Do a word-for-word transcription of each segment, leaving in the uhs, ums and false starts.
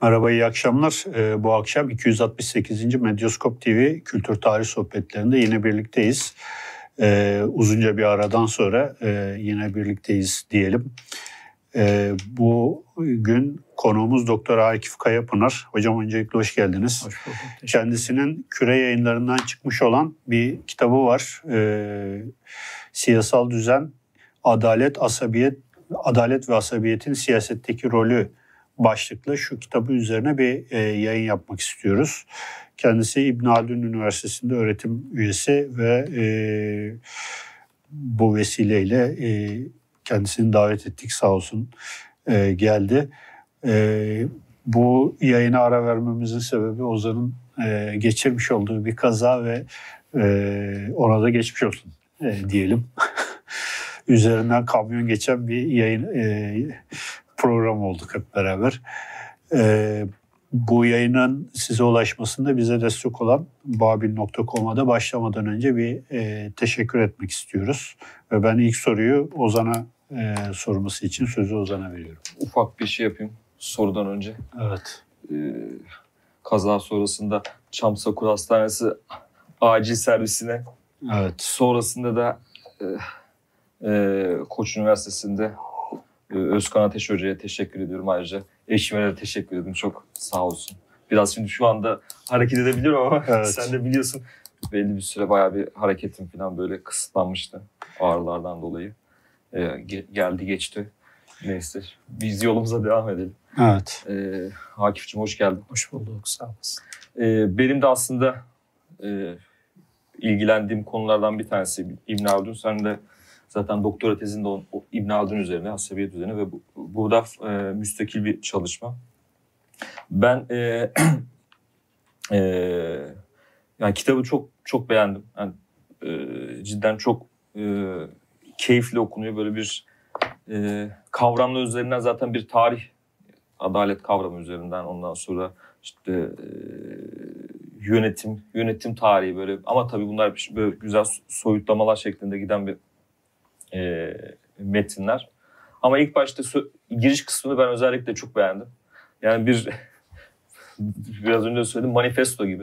Merhaba, iyi akşamlar. Ee, bu akşam iki yüz altmış sekizinci Medyaskop T V Kültür Tarih Sohbetlerinde yine birlikteyiz. Ee, uzunca bir aradan sonra e, yine birlikteyiz diyelim. Ee, bu gün konuğumuz Doktor Akif Kayapınar. Hocam öncelikle hoş geldiniz. Hoş bulduk. Kendisinin Küre Yayınlarından çıkmış olan bir kitabı var. Ee, Siyasal Düzen, Adalet, Asabiyet, Adalet ve Asabiyetin Siyasetteki Rolü başlıklı şu kitabı üzerine bir e, yayın yapmak istiyoruz. Kendisi İbn Haldun Üniversitesi'nde öğretim üyesi ve e, bu vesileyle e, kendisini davet ettik, sağ olsun e, geldi. E, bu yayına ara vermemizin sebebi Ozan'ın e, geçirmiş olduğu bir kaza ve e, ona da geçmiş olsun e, diyelim. Üzerinden kamyon geçen bir yayın e, program olduk hep beraber. Ee, bu yayının size ulaşmasında bize destek olan babil nokta com'a da başlamadan önce bir e, teşekkür etmek istiyoruz. Ve ben ilk soruyu Ozan'a e, sorması için sözü Ozan'a veriyorum. Ufak bir şey yapayım sorudan önce. Evet. Ee, kaza sonrasında Çamsakur Hastanesi acil servisine, evet. Sonrasında da e, e, Koç Üniversitesi'nde Özkan Ateş Hoca'ya teşekkür ediyorum ayrıca. Eşime de teşekkür ederim. Çok sağ olsun. Biraz şimdi şu anda hareket edebiliyorum ama evet. Sen de biliyorsun belli bir süre bayağı bir hareketim falan böyle kısıtlanmıştı ağrılardan dolayı. Ee, ge- geldi geçti. Neyse biz yolumuza devam edelim. Evet. Ee, Akif'ciğim hoş geldin. Hoş bulduk, sağ olasın. Ee, benim de aslında e, ilgilendiğim konulardan bir tanesi İbn Haldun. Sen de zaten doktora tezinde o, o İbn Haldun üzerine, asabiyet üzerine ve bu, burada e, müstakil bir çalışma. Ben e, e, yani kitabı çok çok beğendim. Yani, e, cidden çok e, keyifli okunuyor. Böyle bir e, kavramlar üzerinden zaten bir tarih, adalet kavramı üzerinden ondan sonra işte e, yönetim, yönetim tarihi böyle ama tabii bunlar böyle güzel soyutlamalar şeklinde giden bir E, metinler. Ama ilk başta so- giriş kısmını ben özellikle çok beğendim. Yani bir biraz önce söyledim manifesto gibi.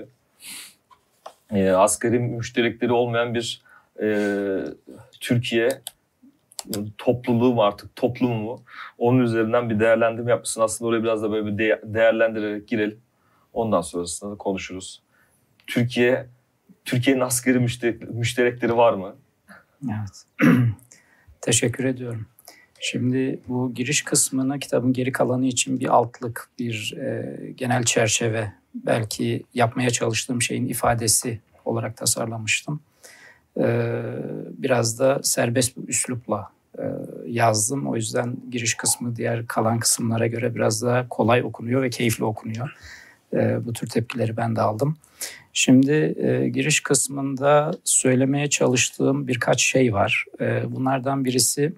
E, asgari müşterekleri olmayan bir e, Türkiye topluluğu mu artık toplumu mu? Onun üzerinden bir değerlendirme yapmışsın. Aslında oraya biraz da böyle bir de- değerlendirerek girelim. Ondan sonrasında da konuşuruz. Türkiye Türkiye'nin asgari müşterek, müşterekleri var mı? Evet. Teşekkür ediyorum. Şimdi bu giriş kısmını kitabın geri kalanı için bir altlık, bir e, genel çerçeve, belki yapmaya çalıştığım şeyin ifadesi olarak tasarlamıştım. E, biraz da serbest bir üslupla e, yazdım. O yüzden giriş kısmı diğer kalan kısımlara göre biraz daha kolay okunuyor ve keyifli okunuyor. E, bu tür tepkileri ben de aldım. Şimdi e, giriş kısmında söylemeye çalıştığım birkaç şey var. E, bunlardan birisi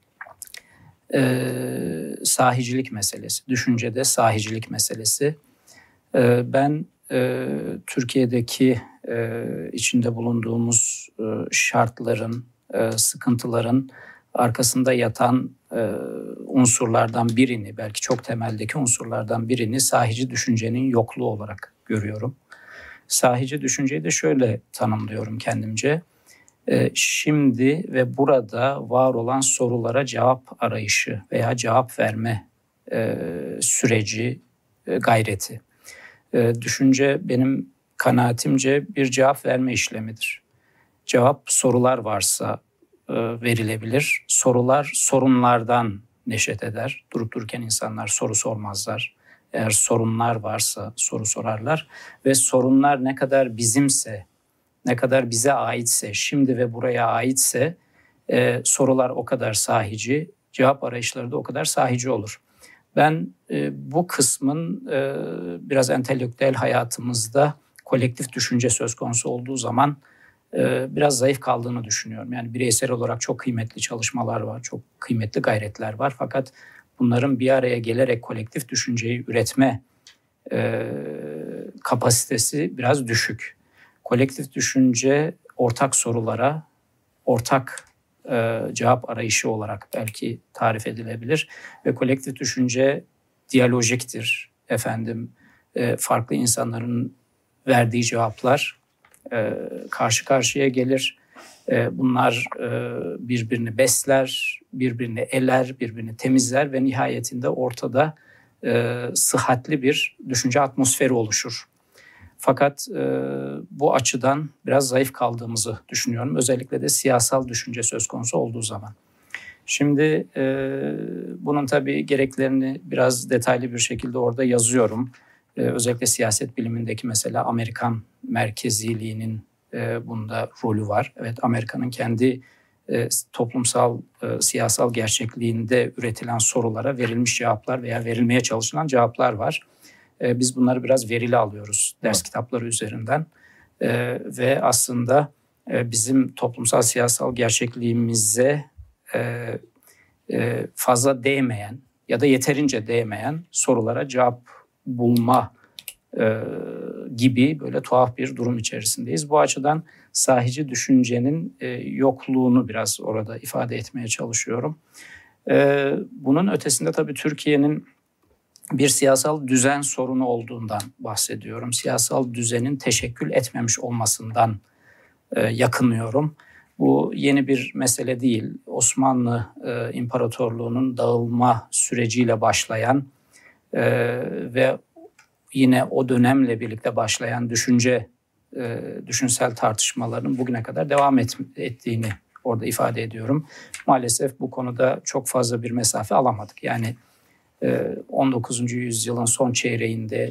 e, sahicilik meselesi, düşüncede sahicilik meselesi. E, ben e, Türkiye'deki e, içinde bulunduğumuz e, şartların, e, sıkıntıların arkasında yatan e, unsurlardan birini, belki çok temeldeki unsurlardan birini sahici düşüncenin yokluğu olarak görüyorum. Sahici düşünceyi de şöyle tanımlıyorum kendimce. Ee, şimdi ve burada var olan sorulara cevap arayışı veya cevap verme e, süreci, e, gayreti. E, düşünce benim kanaatimce bir cevap verme işlemidir. Cevap sorular varsa e, verilebilir. Sorular sorunlardan neşet eder. Durup dururken insanlar soru sormazlar. Eğer sorunlar varsa soru sorarlar ve sorunlar ne kadar bizimse, ne kadar bize aitse, şimdi ve buraya aitse e, sorular o kadar sahici, cevap arayışları da o kadar sahici olur. Ben e, bu kısmın e, biraz entelektüel hayatımızda kolektif düşünce söz konusu olduğu zaman e, biraz zayıf kaldığını düşünüyorum. Yani bireysel olarak çok kıymetli çalışmalar var, çok kıymetli gayretler var fakat bunların bir araya gelerek kolektif düşünceyi üretme e, kapasitesi biraz düşük. Kolektif düşünce ortak sorulara, ortak e, cevap arayışı olarak belki tarif edilebilir. Ve kolektif düşünce diyalojiktir. efendim e, farklı insanların verdiği cevaplar e, karşı karşıya gelir. E, bunlar e, birbirini besler, birbirini eler, birbirini temizler ve nihayetinde ortada e, sıhhatli bir düşünce atmosferi oluşur. Fakat e, bu açıdan biraz zayıf kaldığımızı düşünüyorum. Özellikle de siyasal düşünce söz konusu olduğu zaman. Şimdi e, bunun tabii gereklerini biraz detaylı bir şekilde orada yazıyorum. E, özellikle siyaset bilimindeki mesela Amerikan merkeziliğinin e, bunda rolü var. Evet, Amerika'nın kendi e, toplumsal, e, siyasal gerçekliğinde üretilen sorulara verilmiş cevaplar veya verilmeye çalışılan cevaplar var. E, biz bunları biraz verili alıyoruz ders evet. kitapları üzerinden. E, ve aslında e, bizim toplumsal siyasal gerçekliğimize e, e, fazla değmeyen ya da yeterince değmeyen sorulara cevap bulma e, gibi böyle tuhaf bir durum içerisindeyiz. Bu açıdan sahici düşüncenin e, yokluğunu biraz orada ifade etmeye çalışıyorum. E, bunun ötesinde tabii Türkiye'nin bir siyasal düzen sorunu olduğundan bahsediyorum. Siyasal düzenin teşekkül etmemiş olmasından e, yakınıyorum. Bu yeni bir mesele değil. Osmanlı e, İmparatorluğu'nun dağılma süreciyle başlayan e, ve yine o dönemle birlikte başlayan düşünce, e, düşünsel tartışmaların bugüne kadar devam et, ettiğini orada ifade ediyorum. Maalesef bu konuda çok fazla bir mesafe alamadık. Yani e, on dokuzuncu yüzyılın son çeyreğinde,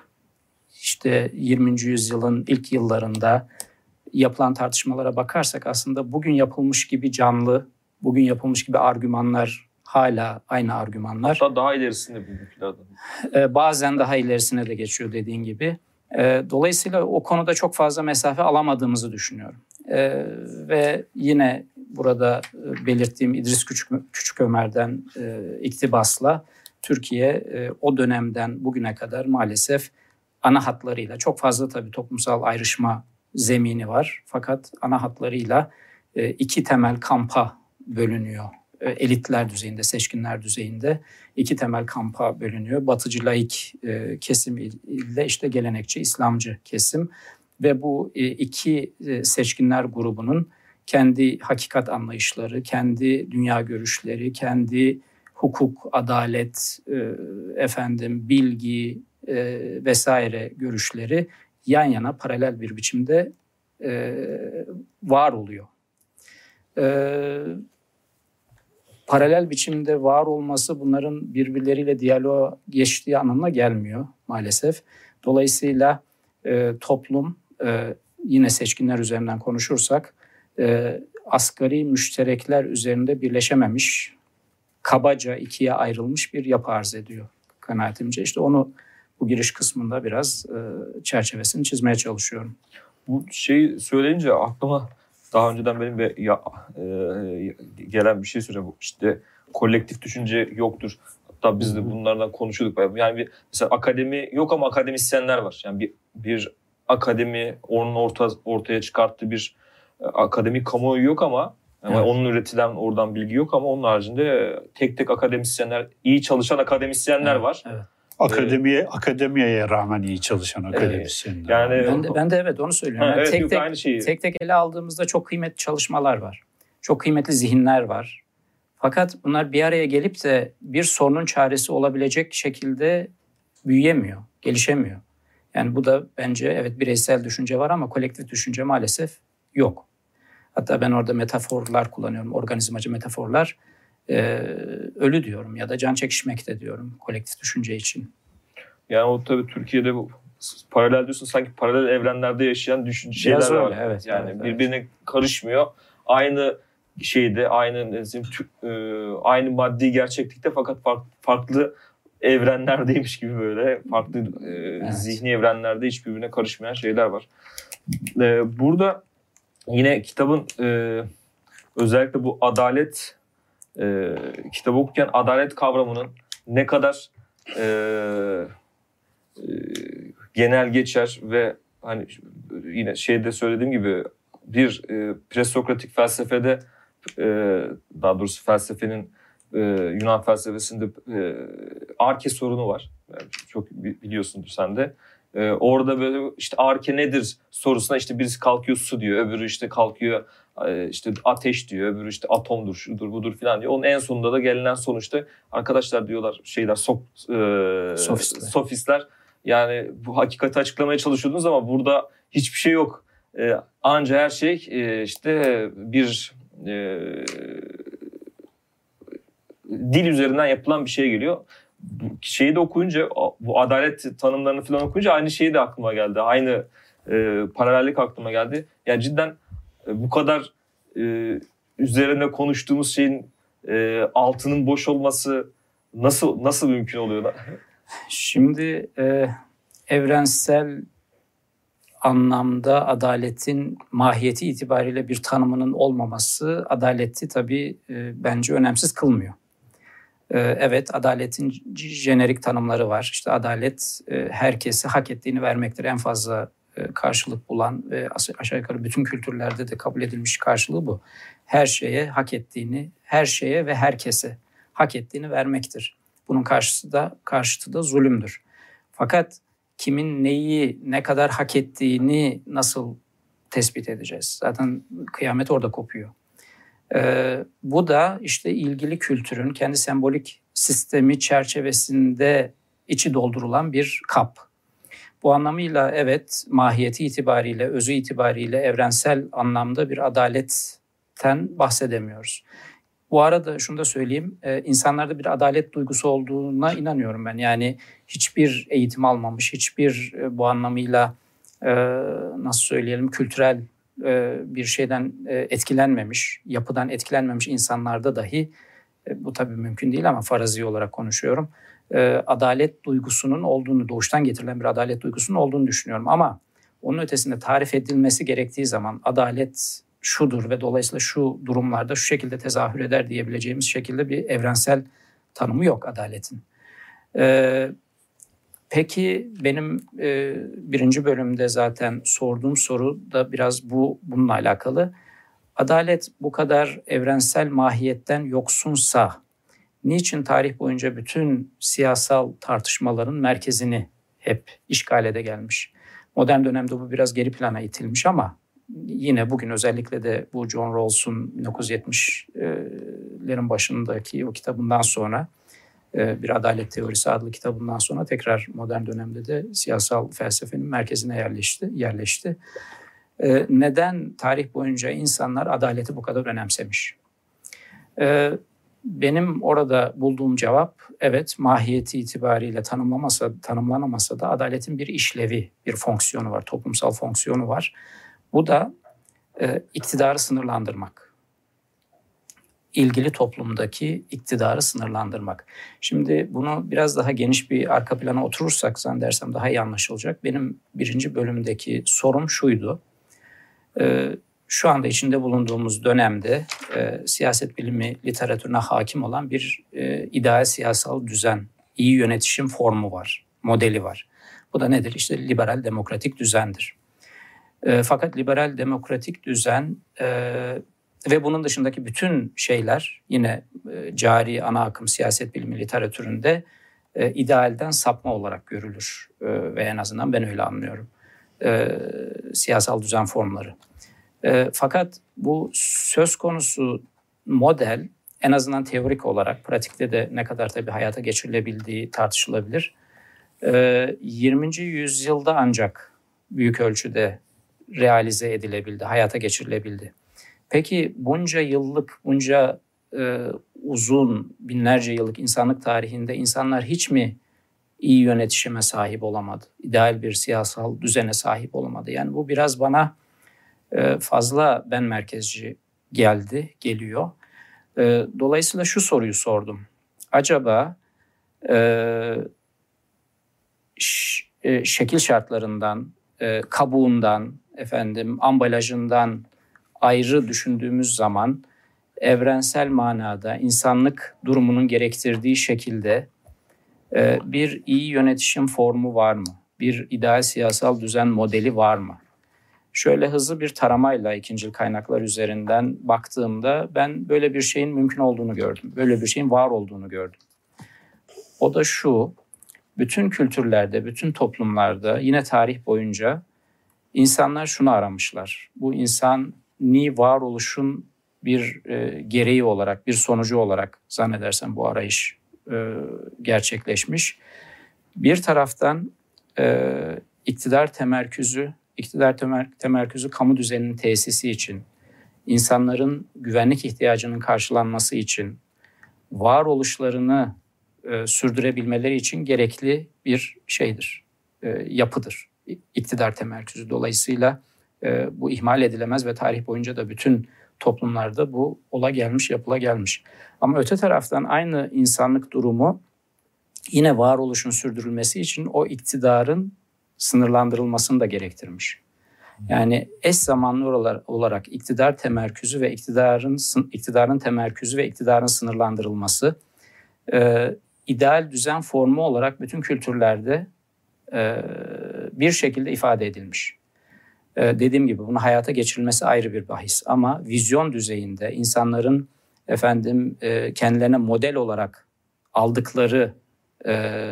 işte yirminci yüzyılın ilk yıllarında yapılan tartışmalara bakarsak aslında bugün yapılmış gibi canlı, bugün yapılmış gibi argümanlar hala aynı argümanlar. Hatta daha ilerisinde bugünkülerden. Ee, bazen daha ilerisine de geçiyor dediğin gibi. Ee, dolayısıyla o konuda çok fazla mesafe alamadığımızı düşünüyorum. Ee, ve yine burada belirttiğim İdris Küçük, Küçükömer'den e, iktibasla Türkiye e, o dönemden bugüne kadar maalesef ana hatlarıyla, çok fazla tabii toplumsal ayrışma zemini var. Fakat ana hatlarıyla e, iki temel kampa bölünüyor. E, elitler düzeyinde, seçkinler düzeyinde iki temel kampa bölünüyor. Batıcı laik e, kesim ile işte gelenekçi İslamcı kesim. Ve bu e, iki e, seçkinler grubunun kendi hakikat anlayışları, kendi dünya görüşleri, kendi hukuk, adalet, e, efendim bilgi e, vesaire görüşleri yan yana paralel bir biçimde e, var oluyor. E, paralel biçimde var olması bunların birbirleriyle diyaloğa geçtiği anlamına gelmiyor maalesef. Dolayısıyla e, toplum, e, yine seçkinler üzerinden konuşursak, e, asgari müşterekler üzerinde birleşememiş, kabaca ikiye ayrılmış bir yapı arz ediyor kanaatimce. İşte onu bu giriş kısmında biraz e, çerçevesini çizmeye çalışıyorum. Bu şeyi söyleyince aklıma daha önceden benim bir ya, e, gelen bir şey söyleyeceğim. İşte kolektif düşünce yoktur. Hatta biz de bunlardan konuşuyorduk. Yani bir, mesela akademi yok ama akademisyenler var. Yani bir, bir akademi, onun orta, ortaya çıkarttığı bir akademik kamuoyu yok ama yani evet. Onun üretilen oradan bilgi yok ama onun haricinde tek tek akademisyenler, iyi çalışan akademisyenler evet, var. Evet. Akademiye ee, akademiyeye rağmen iyi çalışan akademisyenler. Yani ben de ben de evet onu söylüyorum. Ha, yani evet, tek yok, tek aynı şeyi. tek tek ele aldığımızda çok kıymetli çalışmalar var. Çok kıymetli zihinler var. Fakat bunlar bir araya gelip de bir sorunun çaresi olabilecek şekilde büyüyemiyor, gelişemiyor. Yani bu da bence evet bireysel düşünce var ama kolektif düşünce maalesef yok. Hatta ben orada metaforlar kullanıyorum, organizmacı metaforlar. Ee, ölü diyorum ya da can çekişmekte diyorum kolektif düşünce için. Yani o tabii Türkiye'de bu paralel diyorsun, sanki paralel evrenlerde yaşayan düşünce şeyler Biraz öyle, var. evet, yani evet, birbirine evet. karışmıyor. Aynı şeyde, aynı aynı maddi gerçeklikte fakat farklı evrenlerdeymiş gibi böyle farklı evet. zihni evrenlerde hiç birbirine karışmayan şeyler var. Burada yine kitabın özellikle bu adalet kitabı okurken adalet kavramının ne kadar e, e, genel geçer ve hani yine şeyde söylediğim gibi bir e, presokratik felsefede e, daha doğrusu felsefenin e, Yunan felsefesinde e, arke sorunu var. Yani çok biliyorsundur sen de. E, orada böyle işte arke nedir sorusuna işte birisi kalkıyor su diyor, öbürü işte kalkıyor e, işte ateş diyor, öbürü işte atomdur, şudur budur falan diyor. Onun en sonunda da gelinen sonuçta arkadaşlar diyorlar şeyler sop, e, Sofistler. sofistler yani bu hakikati açıklamaya çalışıyordunuz ama burada hiçbir şey yok. E, anca her şey e, işte bir e, dil üzerinden yapılan bir şey geliyor. Bu şeyi de okuyunca, bu adalet tanımlarını falan okuyunca aynı şey de aklıma geldi. Aynı e, paralellik aklıma geldi. Yani cidden e, bu kadar e, üzerine konuştuğumuz şeyin e, altının boş olması nasıl nasıl mümkün oluyor? Şimdi e, evrensel anlamda adaletin mahiyeti itibariyle bir tanımının olmaması adaleti tabii e, bence önemsiz kılmıyor. E, evet, adaletin jenerik tanımları var. İşte adalet e, herkese hak ettiğini vermektir. En fazla e, karşılık bulan ve aşağı yukarı bütün kültürlerde de kabul edilmiş karşılığı bu. Her şeye hak ettiğini, her şeye ve herkese hak ettiğini vermektir. Bunun karşısı da karşıtı da zulümdür. Fakat kimin neyi ne kadar hak ettiğini nasıl tespit edeceğiz? Zaten kıyamet orada kopuyor. Ee, bu da işte ilgili kültürün kendi sembolik sistemi çerçevesinde içi doldurulan bir kap. Bu anlamıyla evet, mahiyeti itibariyle, özü itibariyle evrensel anlamda bir adaletten bahsedemiyoruz. Bu arada şunu da söyleyeyim, e, insanlarda bir adalet duygusu olduğuna inanıyorum ben. Yani hiçbir eğitim almamış, hiçbir e, bu anlamıyla e, nasıl söyleyelim kültürel e, bir şeyden e, etkilenmemiş, yapıdan etkilenmemiş insanlarda dahi, e, bu tabii mümkün değil ama farazi olarak konuşuyorum, e, adalet duygusunun olduğunu, doğuştan getirilen bir adalet duygusunun olduğunu düşünüyorum. Ama onun ötesinde tarif edilmesi gerektiği zaman adalet şudur ve dolayısıyla şu durumlarda şu şekilde tezahür eder diyebileceğimiz şekilde bir evrensel tanımı yok adaletin. Ee, peki benim e, birinci bölümde zaten sorduğum soru da biraz bu bununla alakalı. Adalet bu kadar evrensel mahiyetten yoksunsa niçin tarih boyunca bütün siyasal tartışmaların merkezini hep işgal ede gelmiş? Modern dönemde bu biraz geri plana itilmiş ama yine bugün özellikle de bu John Rawls'un bin dokuz yüz yetmişlerin başındaki o kitabından sonra, Bir Adalet Teorisi adlı kitabından sonra tekrar modern dönemde de siyasal felsefenin merkezine yerleşti. yerleşti. Neden tarih boyunca insanlar adaleti bu kadar önemsemiş? Benim orada bulduğum cevap, evet, mahiyeti itibariyle tanımlamasa, tanımlanamasa da adaletin bir işlevi, bir fonksiyonu var, toplumsal fonksiyonu var. Bu da e, iktidarı sınırlandırmak. İlgili toplumdaki iktidarı sınırlandırmak. Şimdi bunu biraz daha geniş bir arka plana oturursak zannedersem daha iyi anlaşılacak. Benim birinci bölümdeki sorum şuydu. E, şu anda içinde bulunduğumuz dönemde e, siyaset bilimi literatürüne hakim olan bir e, ideal siyasal düzen, iyi yönetişim formu var, modeli var. Bu da nedir? İşte liberal demokratik düzendir. E, fakat liberal demokratik düzen e, ve bunun dışındaki bütün şeyler yine e, cari ana akım siyaset bilimi literatüründe e, idealden sapma olarak görülür. E, ve en azından ben öyle anlıyorum. E, siyasal düzen formları. E, fakat bu söz konusu model en azından teorik olarak, pratikte de ne kadar tabii hayata geçirilebildiği tartışılabilir. E, yirminci yüzyılda ancak büyük ölçüde realize edilebildi, hayata geçirilebildi. Peki bunca yıllık, bunca e, uzun, binlerce yıllık insanlık tarihinde insanlar hiç mi iyi yönetişime sahip olamadı? İdeal bir siyasal düzene sahip olamadı. Yani bu biraz bana e, fazla ben merkezci geldi, geliyor. E, dolayısıyla şu soruyu sordum. Acaba e, ş, e, şekil şartlarından, e, kabuğundan, efendim ambalajından ayrı düşündüğümüz zaman evrensel manada insanlık durumunun gerektirdiği şekilde e, bir iyi yönetişim formu var mı? Bir ideal siyasal düzen modeli var mı? şöyle hızlı bir taramayla ikincil kaynaklar üzerinden baktığımda ben böyle bir şeyin mümkün olduğunu gördüm. Böyle bir şeyin var olduğunu gördüm. O da şu, bütün kültürlerde, bütün toplumlarda yine tarih boyunca insanlar şunu aramışlar. Bu insani varoluşun bir e, gereği olarak, bir sonucu olarak zannedersem bu arayış e, gerçekleşmiş. Bir taraftan e, iktidar temerküzü, iktidar temer, temerküzü kamu düzeninin tesisi için, insanların güvenlik ihtiyacının karşılanması için, varoluşlarını e, sürdürebilmeleri için gerekli bir şeydir, e, yapıdır. İktidar temerküzü dolayısıyla e, bu ihmal edilemez ve tarih boyunca da bütün toplumlarda bu ola gelmiş, yapıla gelmiş. Ama öte taraftan aynı insanlık durumu yine varoluşun sürdürülmesi için o iktidarın sınırlandırılmasını da gerektirmiş. Yani eş zamanlı olarak iktidar temerküzü ve iktidarın iktidarın temerküzü ve iktidarın sınırlandırılması e, ideal düzen formu olarak bütün kültürlerde e, bir şekilde ifade edilmiş. E, dediğim gibi bunu hayata geçirilmesi ayrı bir bahis ama vizyon düzeyinde insanların efendim e, kendilerine model olarak aldıkları e,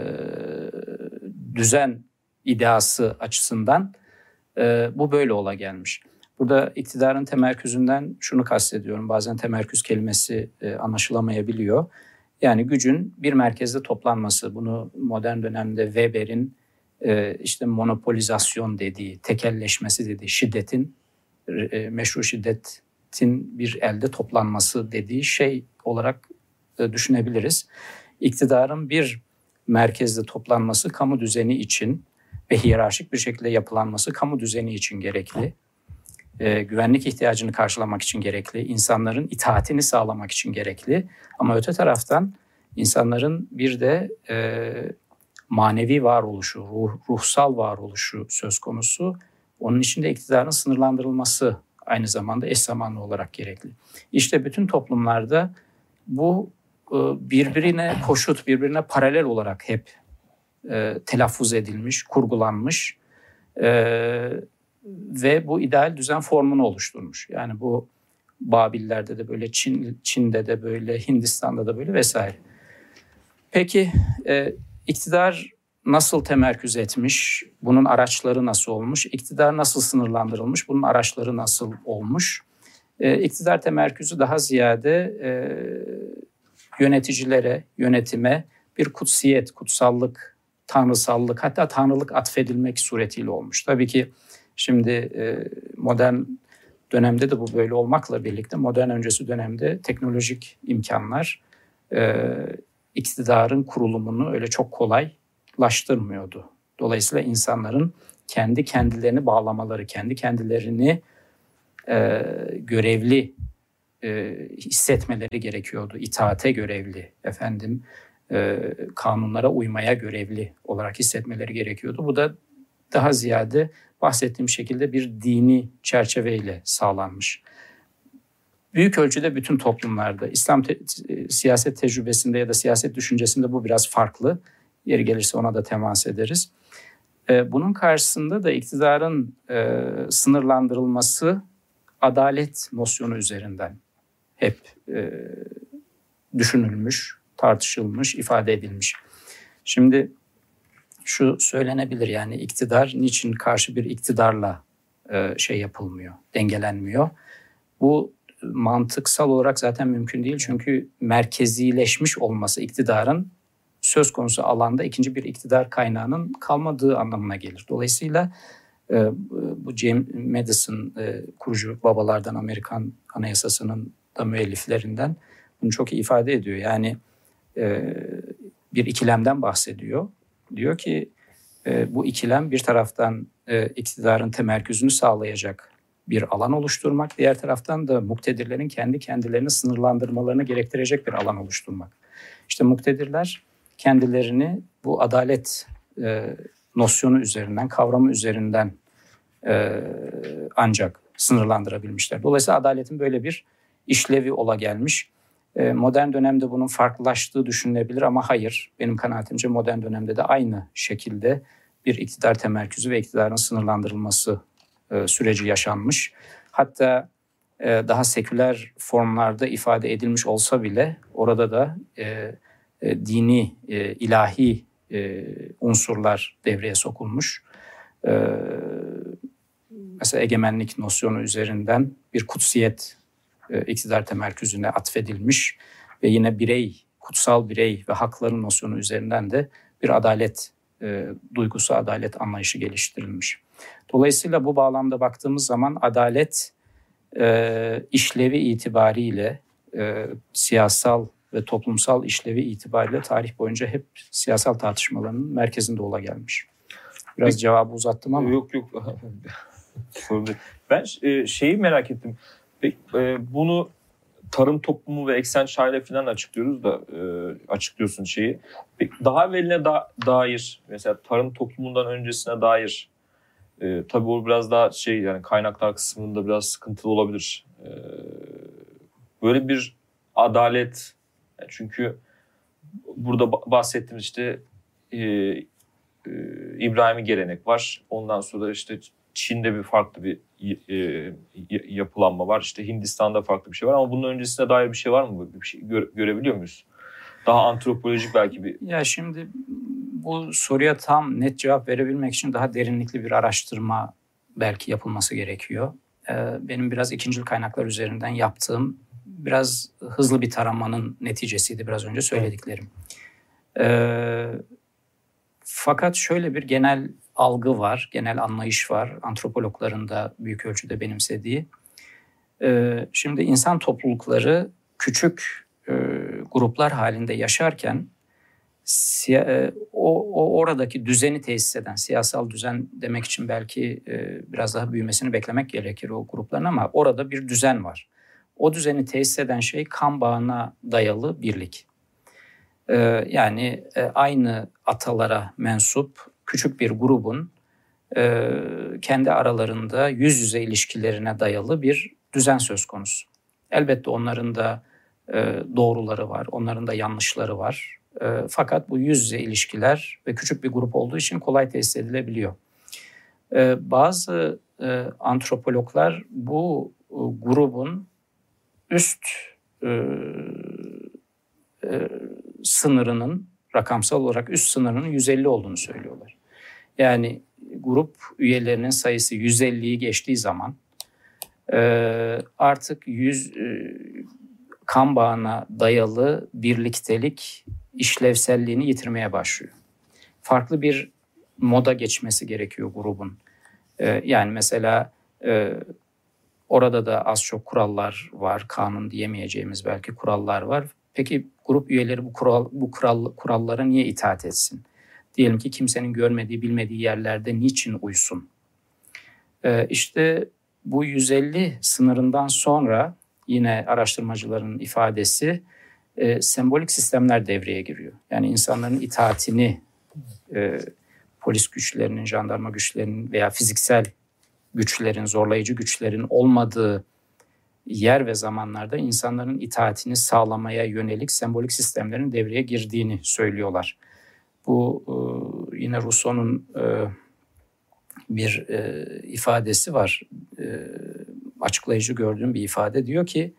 düzen ideası açısından e, bu böyle ola gelmiş. Burada iktidarın temerküzünden şunu kastediyorum. Bazen temerküz kelimesi e, anlaşılamayabiliyor. Yani gücün bir merkezde toplanması. Bunu modern dönemde Weber'in e, işte monopolizasyon dediği, tekelleşmesi dediği, şiddetin, e, meşru şiddetin bir elde toplanması dediği şey olarak e, düşünebiliriz. İktidarın bir merkezde toplanması kamu düzeni için ve hiyerarşik bir şekilde yapılanması kamu düzeni için gerekli. E, güvenlik ihtiyacını karşılamak için gerekli. İnsanların itaatini sağlamak için gerekli. Ama öte taraftan insanların bir de e, manevi varoluşu, ruh, ruhsal varoluşu söz konusu. Onun için de iktidarın sınırlandırılması aynı zamanda eş zamanlı olarak gerekli. İşte bütün toplumlarda bu birbirine koşut, birbirine paralel olarak hep e, telaffuz edilmiş, kurgulanmış e, ve bu ideal düzen formunu oluşturmuş. Yani bu Babillerde de böyle, Çin, Çin'de de böyle, Hindistan'da da böyle vesaire. Peki e, iktidar nasıl temerküz etmiş? Bunun araçları nasıl olmuş? İktidar nasıl sınırlandırılmış? Bunun araçları nasıl olmuş? E, iktidar temerküzü daha ziyade e, yöneticilere, yönetime bir kutsiyet, kutsallık, tanrısallık, hatta tanrılık atfedilmek suretiyle olmuş. Tabii ki şimdi e, modern dönemde de bu böyle olmakla birlikte modern öncesi dönemde teknolojik imkanlar e, iktidarın kurulumunu öyle çok kolaylaştırmıyordu. Dolayısıyla insanların kendi kendilerini bağlamaları, kendi kendilerini e, görevli e, hissetmeleri gerekiyordu. İtaate görevli, efendim e, kanunlara uymaya görevli olarak hissetmeleri gerekiyordu. Bu da daha ziyade bahsettiğim şekilde bir dini çerçeveyle sağlanmış. Büyük ölçüde bütün toplumlarda, İslam te- siyaset tecrübesinde ya da siyaset düşüncesinde bu biraz farklı. Yeri gelirse ona da temas ederiz. E, bunun karşısında da iktidarın e, sınırlandırılması adalet nosyonu üzerinden hep e, düşünülmüş, tartışılmış, ifade edilmiş. Şimdi şu söylenebilir, yani iktidar niçin karşı bir iktidarla e, şey yapılmıyor, dengelenmiyor? Bu mantıksal olarak zaten mümkün değil, çünkü merkezileşmiş olması iktidarın söz konusu alanda ikinci bir iktidar kaynağının kalmadığı anlamına gelir. Dolayısıyla e, bu James Madison e, kurucu babalardan, Amerikan Anayasası'nın da müelliflerinden bunu çok iyi ifade ediyor. Yani e, bir ikilemden bahsediyor. Diyor ki e, bu ikilem bir taraftan e, iktidarın temerküzünü sağlayacak bir alan oluşturmak, diğer taraftan da muktedirlerin kendi kendilerini sınırlandırmalarını gerektirecek bir alan oluşturmak. İşte muktedirler kendilerini bu adalet e, nosyonu üzerinden, kavramı üzerinden e, ancak sınırlandırabilmişler. Dolayısıyla adaletin böyle bir işlevi ola gelmiş. E, modern dönemde bunun farklılaştığı düşünülebilir ama hayır. Benim kanaatimce modern dönemde de aynı şekilde bir iktidar temerküzü ve iktidarın sınırlandırılması e, süreci yaşanmış. Hatta e, daha seküler formlarda ifade edilmiş olsa bile orada da e, e, dini, e, ilahi e, unsurlar devreye sokulmuş. E, mesela egemenlik nosyonu üzerinden bir kutsiyet e, iktidar temerküzüne atfedilmiş ve yine birey, kutsal birey ve hakların nosyonu üzerinden de bir adalet e, duygusu, adalet anlayışı geliştirilmiş. Dolayısıyla bu bağlamda baktığımız zaman adalet e, işlevi itibariyle, e, siyasal ve toplumsal işlevi itibariyle tarih boyunca hep siyasal tartışmaların merkezinde ola gelmiş. Biraz Peki, cevabı uzattım ama. Yok yok. Ben şeyi merak ettim. Peki, bunu tarım toplumu ve eksen şairle falan açıklıyoruz da açıklıyorsun şeyi. Peki, daha evveline da, dair mesela tarım toplumundan öncesine dair e, tabii o biraz daha şey yani kaynaklar kısmında biraz sıkıntılı olabilir. E, böyle bir adalet yani çünkü burada bahsettiğimiz işte e, e, İbrahimi gelenek var. Ondan sonra işte Çin'de bir farklı bir e, yapılanma var. İşte Hindistan'da farklı bir şey var ama bunun öncesine dair bir şey var mı? Bir şey göre, görebiliyor muyuz? Daha antropolojik belki bir... Ya şimdi bu soruya tam net cevap verebilmek için daha derinlikli bir araştırma belki yapılması gerekiyor. Benim biraz ikincil kaynaklar üzerinden yaptığım biraz hızlı bir taramanın neticesiydi biraz önce söylediklerim. Evet. Fakat şöyle bir genel algı var, genel anlayış var. Antropologların da büyük ölçüde benimsediği. Şimdi insan toplulukları küçük gruplar halinde yaşarken o, o oradaki düzeni tesis eden, siyasal düzen demek için belki biraz daha büyümesini beklemek gerekir o grupların ama orada bir düzen var. O düzeni tesis eden şey kan bağına dayalı birlik. Yani aynı atalara mensup küçük bir grubun kendi aralarında yüz yüze ilişkilerine dayalı bir düzen söz konusu. Elbette onların da doğruları var, onların da yanlışları var. Fakat bu yüz yüze ilişkiler ve küçük bir grup olduğu için kolay tesis edilebiliyor. Bazı antropologlar bu grubun üst sınırının, rakamsal olarak üst sınırının yüz elli olduğunu söylüyorlar. Yani grup üyelerinin sayısı yüz elliyi geçtiği zaman artık yüz kan bağına dayalı birliktelik işlevselliğini yitirmeye başlıyor. Farklı bir moda geçmesi gerekiyor grubun. Yani mesela orada da az çok kurallar var, kanun diyemeyeceğimiz belki kurallar var. Peki grup üyeleri bu kural bu kural kurallara niye itaat etsin? Diyelim ki kimsenin görmediği, bilmediği yerlerde niçin uysun? Ee, işte bu yüz elli sınırından sonra yine araştırmacıların ifadesi e, sembolik sistemler devreye giriyor. Yani insanların itaatini e, polis güçlerinin, jandarma güçlerinin veya fiziksel güçlerin, zorlayıcı güçlerin olmadığı yer ve zamanlarda insanların itaatini sağlamaya yönelik sembolik sistemlerin devreye girdiğini söylüyorlar. Bu e, yine Rousseau'nun e, bir e, ifadesi var. E, açıklayıcı gördüğüm bir ifade. Diyor ki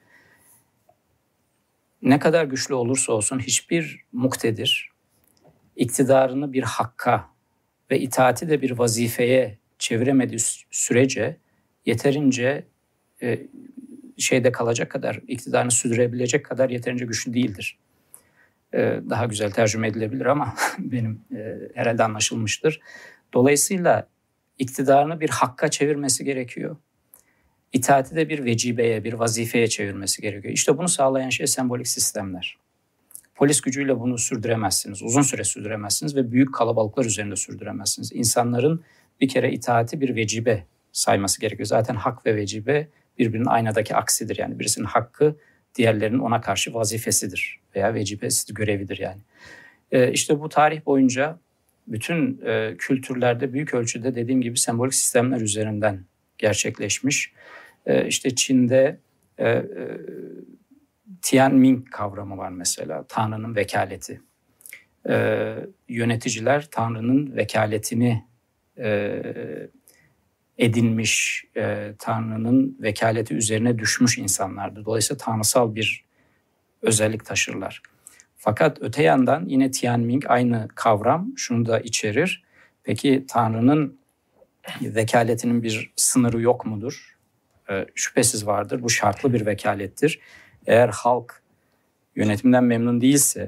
ne kadar güçlü olursa olsun hiçbir muktedir iktidarını bir hakka ve itaati de bir vazifeye çeviremediği sürece yeterince e, şeyde kalacak kadar, iktidarını sürdürebilecek kadar yeterince güçlü değildir. E, daha güzel tercüme edilebilir ama benim e, herhalde anlaşılmıştır. Dolayısıyla iktidarını bir hakka çevirmesi gerekiyor. İtaati de bir vecibeye, bir vazifeye çevirmesi gerekiyor. İşte bunu sağlayan şey sembolik sistemler. Polis gücüyle bunu sürdüremezsiniz, uzun süre sürdüremezsiniz ve büyük kalabalıklar üzerinde sürdüremezsiniz. İnsanların bir kere itaati bir vecibe sayması gerekiyor. Zaten hak ve vecibe birbirinin aynadaki aksidir. Yani birisinin hakkı diğerlerinin ona karşı vazifesidir veya vecibesidir, görevidir yani. Ee, işte bu tarih boyunca bütün e, kültürlerde büyük ölçüde dediğim gibi sembolik sistemler üzerinden gerçekleşmiş. E, işte Çin'de e, e, Tianming kavramı var mesela, Tanrı'nın vekaleti. E, yöneticiler Tanrı'nın vekaletini e, edinmiş, e, Tanrı'nın vekaleti üzerine düşmüş insanlardır. Dolayısıyla tanrısal bir özellik taşırlar. Fakat öte yandan yine Tianming aynı kavram şunu da içerir. Peki Tanrı'nın vekaletinin bir sınırı yok mudur? E, şüphesiz vardır. Bu şartlı bir vekalettir. Eğer halk yönetimden memnun değilse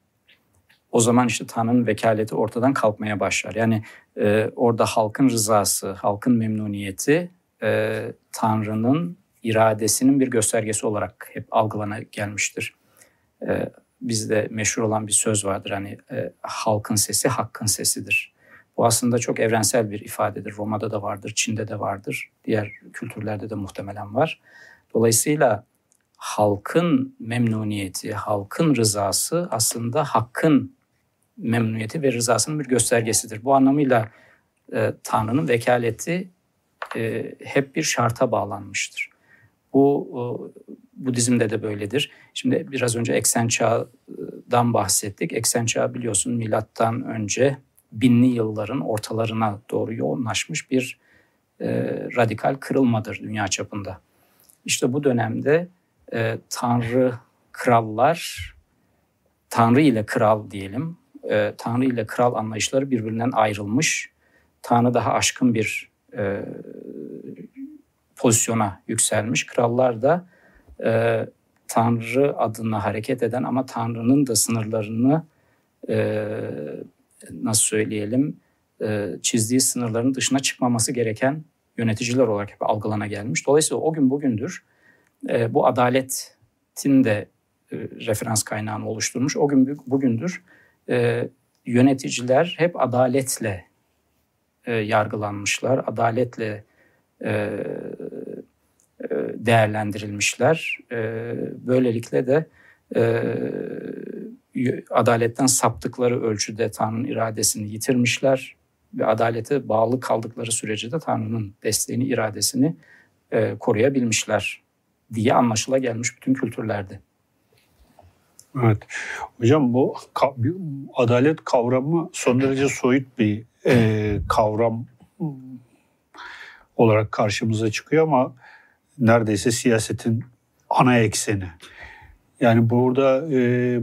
o zaman işte Tanrı'nın vekaleti ortadan kalkmaya başlar. Yani e, orada halkın rızası, halkın memnuniyeti e, Tanrı'nın iradesinin bir göstergesi olarak hep algılana gelmiştir. E, bizde meşhur olan bir söz vardır, hani e, halkın sesi hakkın sesidir. Bu aslında çok evrensel bir ifadedir. Roma'da da vardır, Çin'de de vardır, diğer kültürlerde de muhtemelen var. Dolayısıyla halkın memnuniyeti, halkın rızası aslında hakkın memnuniyeti ve rızasının bir göstergesidir. Bu anlamıyla e, Tanrı'nın vekaleti e, hep bir şarta bağlanmıştır. Bu e, Budizm'de de böyledir. Şimdi biraz önce eksen çağdan bahsettik. Eksen çağı biliyorsun milattan önce binli yılların ortalarına doğru yoğunlaşmış bir e, radikal kırılmadır dünya çapında. İşte bu dönemde e, Tanrı krallar, Tanrı ile kral diyelim, e, Tanrı ile kral anlayışları birbirinden ayrılmış. Tanrı daha aşkın bir e, pozisyona yükselmiş. Krallar da e, Tanrı adına hareket eden ama Tanrı'nın da sınırlarını e, nasıl söyleyelim e, çizdiği sınırların dışına çıkmaması gereken yöneticiler olarak hep algılana gelmiş. Dolayısıyla o gün bugündür e, bu adaletin de e, referans kaynağını oluşturmuş. O gün bugündür e, yöneticiler hep adaletle e, yargılanmışlar, adaletle e, değerlendirilmişler. Böylelikle de adaletten saptıkları ölçüde Tanrı'nın iradesini yitirmişler ve adalete bağlı kaldıkları sürece de Tanrı'nın desteğini, iradesini koruyabilmişler diye anlaşılagelmiş bütün kültürlerde. Evet. Hocam bu adalet kavramı son derece soyut bir e, kavram olarak karşımıza çıkıyor ama neredeyse siyasetin ana ekseni. Yani burada e,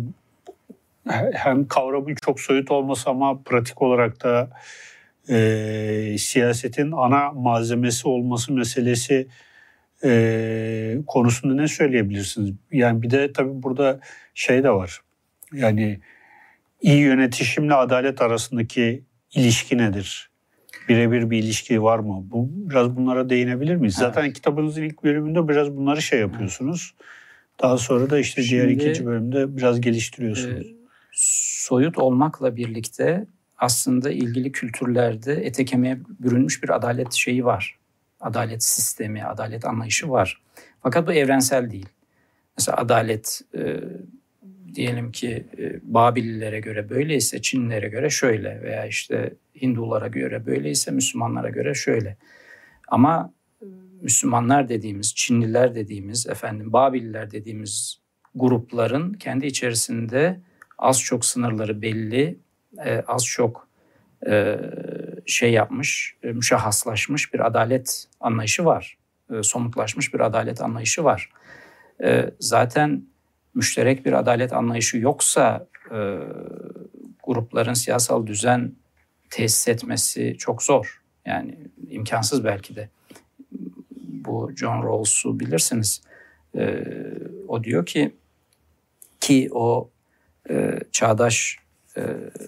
hem kavramın çok soyut olması ama pratik olarak da e, siyasetin ana malzemesi olması meselesi e, konusunda ne söyleyebilirsiniz? Yani bir de tabii burada şey de var. Yani iyi yönetişimle adalet arasındaki ilişki nedir? Birebir bir ilişki var mı? Bu biraz bunlara değinebilir miyiz? Evet. Zaten kitabınızın ilk bölümünde biraz bunları şey yapıyorsunuz. Daha sonra da işte diğer Şimdi, ikinci bölümde biraz geliştiriyorsunuz. E, soyut olmakla birlikte aslında ilgili kültürlerde ete kemiğe bürünmüş bir adalet şeyi var. Adalet sistemi, adalet anlayışı var. Fakat bu evrensel değil. Mesela adalet e, diyelim ki e, Babillilere göre böyleyse Çinlilere göre şöyle veya işte Hindulara göre böyleyse Müslümanlara göre şöyle. Ama Müslümanlar dediğimiz, Çinliler dediğimiz, efendim Babililer dediğimiz grupların kendi içerisinde az çok sınırları belli, e, az çok e, şey yapmış, e, müşahhaslaşmış bir adalet anlayışı var. E, somutlaşmış bir adalet anlayışı var. E, zaten müşterek bir adalet anlayışı yoksa e, grupların siyasal düzen tesis etmesi çok zor. Yani imkansız belki de. Bu John Rawls'u bilirsiniz. E, o diyor ki ki o e, çağdaş e,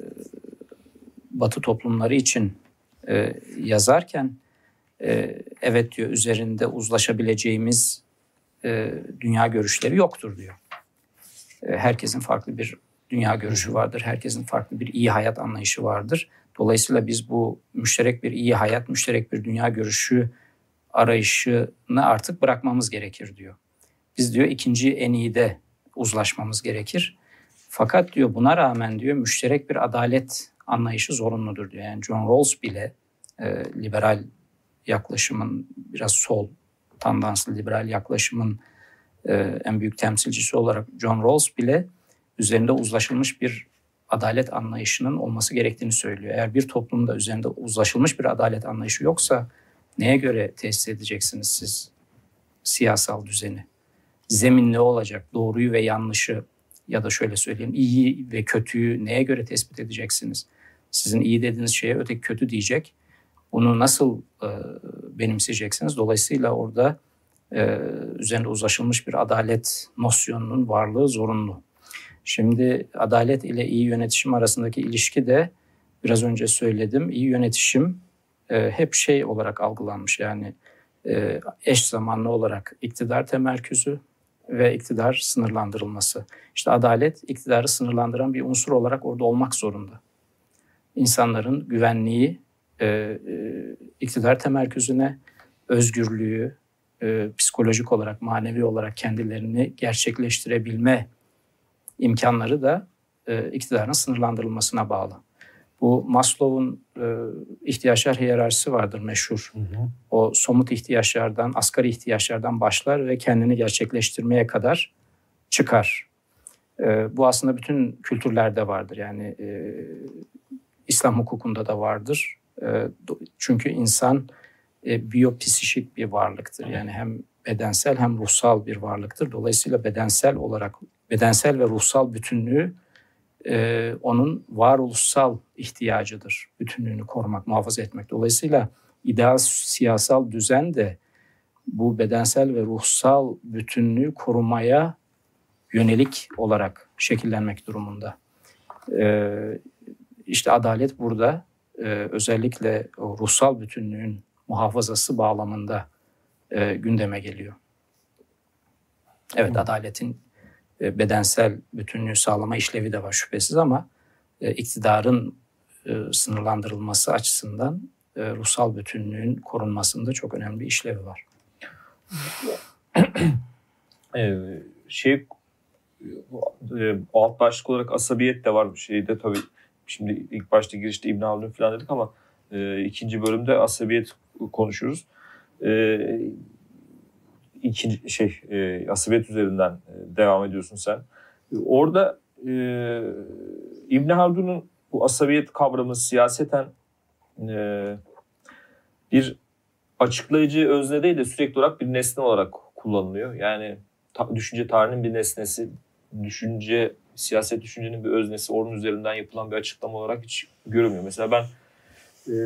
Batı toplumları için e, yazarken e, evet diyor üzerinde uzlaşabileceğimiz e, dünya görüşleri yoktur diyor. E, herkesin farklı bir dünya görüşü vardır. Herkesin farklı bir iyi hayat anlayışı vardır. Dolayısıyla biz bu müşterek bir iyi hayat, müşterek bir dünya görüşü arayışını artık bırakmamız gerekir diyor. Biz diyor ikinci en iyi de uzlaşmamız gerekir. Fakat diyor buna rağmen diyor müşterek bir adalet anlayışı zorunludur diyor. Yani John Rawls bile e, liberal yaklaşımın biraz sol tandanslı liberal yaklaşımın e, en büyük temsilcisi olarak John Rawls bile üzerinde uzlaşılmış bir adalet anlayışının olması gerektiğini söylüyor. Eğer bir toplumda üzerinde uzlaşılmış bir adalet anlayışı yoksa Neye göre tesis edeceksiniz siz siyasal düzeni? Zemin ne olacak? Doğruyu ve yanlışı ya da şöyle söyleyeyim, iyi ve kötüyü neye göre tespit edeceksiniz? Sizin iyi dediğiniz şeye öteki kötü diyecek. Bunu nasıl e, benimseyeceksiniz? Dolayısıyla orada e, üzerinde uzlaşılmış bir adalet nosyonunun varlığı zorunlu. Şimdi adalet ile iyi yönetişim arasındaki ilişki de biraz önce söyledim. İyi yönetişim e, hep şey olarak algılanmış. Yani e, eş zamanlı olarak iktidar temerküzü ve iktidar sınırlandırılması. İşte adalet iktidarı sınırlandıran bir unsur olarak orada olmak zorunda. İnsanların güvenliği e, e, iktidar temerküzüne, özgürlüğü, e, psikolojik olarak, manevi olarak kendilerini gerçekleştirebilme imkanları da e, iktidarın sınırlandırılmasına bağlı. Bu Maslow'un e, ihtiyaçlar hiyerarşisi vardır meşhur. Hı hı. O somut ihtiyaçlardan, asgari ihtiyaçlardan başlar ve kendini gerçekleştirmeye kadar çıkar. E, bu aslında bütün kültürlerde vardır. Yani e, İslam hukukunda da vardır. E, çünkü insan e, biyopsişik bir varlıktır. Yani hem bedensel hem ruhsal bir varlıktır. Dolayısıyla bedensel olarak bedensel ve ruhsal bütünlüğü e, onun varoluşsal ihtiyacıdır. Bütünlüğünü korumak, muhafaza etmek. Dolayısıyla ideal siyasal düzen de bu bedensel ve ruhsal bütünlüğü korumaya yönelik olarak şekillenmek durumunda. E, işte adalet burada e, özellikle o ruhsal bütünlüğün muhafazası bağlamında e, gündeme geliyor. Evet, adaletin e, bedensel bütünlüğü sağlama işlevi de var şüphesiz ama e, iktidarın e, sınırlandırılması açısından e, ruhsal bütünlüğün korunmasında çok önemli bir işlevi var. ee, şey e, alt başlık olarak asabiyet de var. Şeyde tabii şimdi ilk başta girişte İbn Haldun falan dedik ama e, ikinci bölümde asabiyet konuşuruz. E, ikinci şey e, asabiyet üzerinden e, devam ediyorsun sen. E, orada e, İbn Haldun'un bu asabiyet kavramı siyaseten e, bir açıklayıcı özne değil de sürekli olarak bir nesne olarak kullanılıyor. Yani ta, düşünce tarihinin bir nesnesi, düşünce, siyaset düşüncenin bir öznesi, onun üzerinden yapılan bir açıklama olarak hiç görünmüyor. Mesela ben e,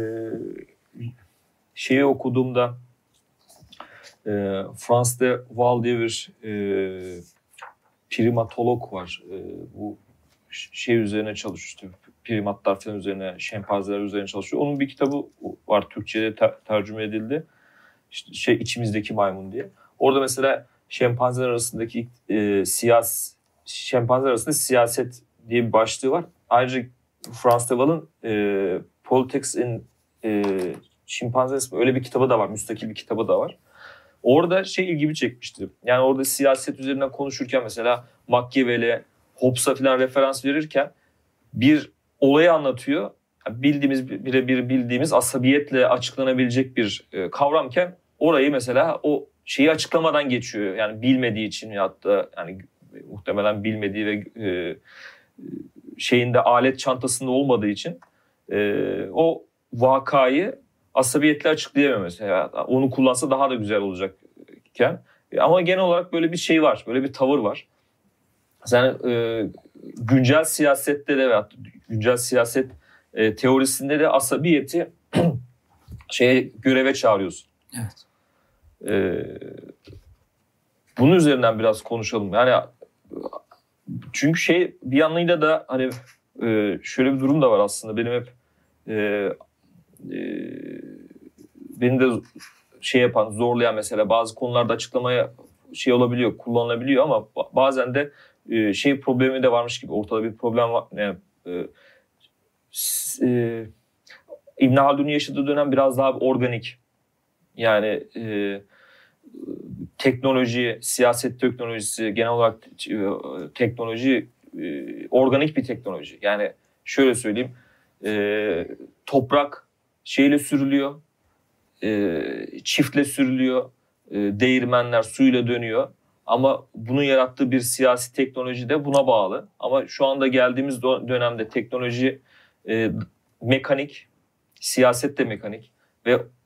şeyi okuduğumda e, Frans de Waal diye bir e, primatolog var. E, bu şey üzerine çalışıyor. Primatlar falan üzerine, şempanzeler üzerine çalışıyor. Onun bir kitabı var, Türkçe'de ter- tercüme edildi. İşte şey içimizdeki maymun diye. Orada mesela şempanzeler arasındaki e, siyas şempanzeler arasında siyaset diye bir başlığı var. Ayrıca Frans de Waal'ın e, Politics in e, Chimpanzees öyle bir kitabı da var, müstakil bir kitabı da var. Orada şey ilgimi çekmişti. Yani orada siyaset üzerinden konuşurken mesela Machiavelli, Hobbes'a falan referans verirken bir olayı anlatıyor. Bildiğimiz birebir bildiğimiz asabiyetle açıklanabilecek bir e, kavramken orayı mesela o şeyi açıklamadan geçiyor. Yani bilmediği için ya da yani muhtemelen bilmediği ve e, şeyinde alet çantasında olmadığı için e, o vakayı asabiyetle açıklayamıyor mesela. Onu kullansa daha da güzel olacakken. Ama genel olarak böyle bir şey var. Böyle bir tavır var. Yani e, güncel siyasette de veya güncel siyaset e, teorisinde de asabiyeti şeye göreve çağırıyorsun. Evet. E, bunun üzerinden biraz konuşalım. Yani çünkü şey bir yanıyla da hani e, şöyle bir durum da var aslında. Benim hep e, e, beni de şey yapan, zorlayan mesela bazı konularda açıklamaya şey olabiliyor, kullanılabiliyor ama bazen de e, şey problemi de varmış gibi, ortada bir problem var. Yani, e, e, İbn Haldun'un yaşadığı dönem biraz daha organik. Yani e, teknoloji, siyaset teknolojisi, genel olarak e, teknoloji e, organik bir teknoloji. Yani şöyle söyleyeyim, e, toprak şeyle sürülüyor, e, çiftle sürülüyor, e, değirmenler suyla dönüyor. Ama bunun yarattığı bir siyasi teknoloji de buna bağlı. Ama şu anda geldiğimiz dönemde teknoloji e, mekanik, siyaset de mekanik ve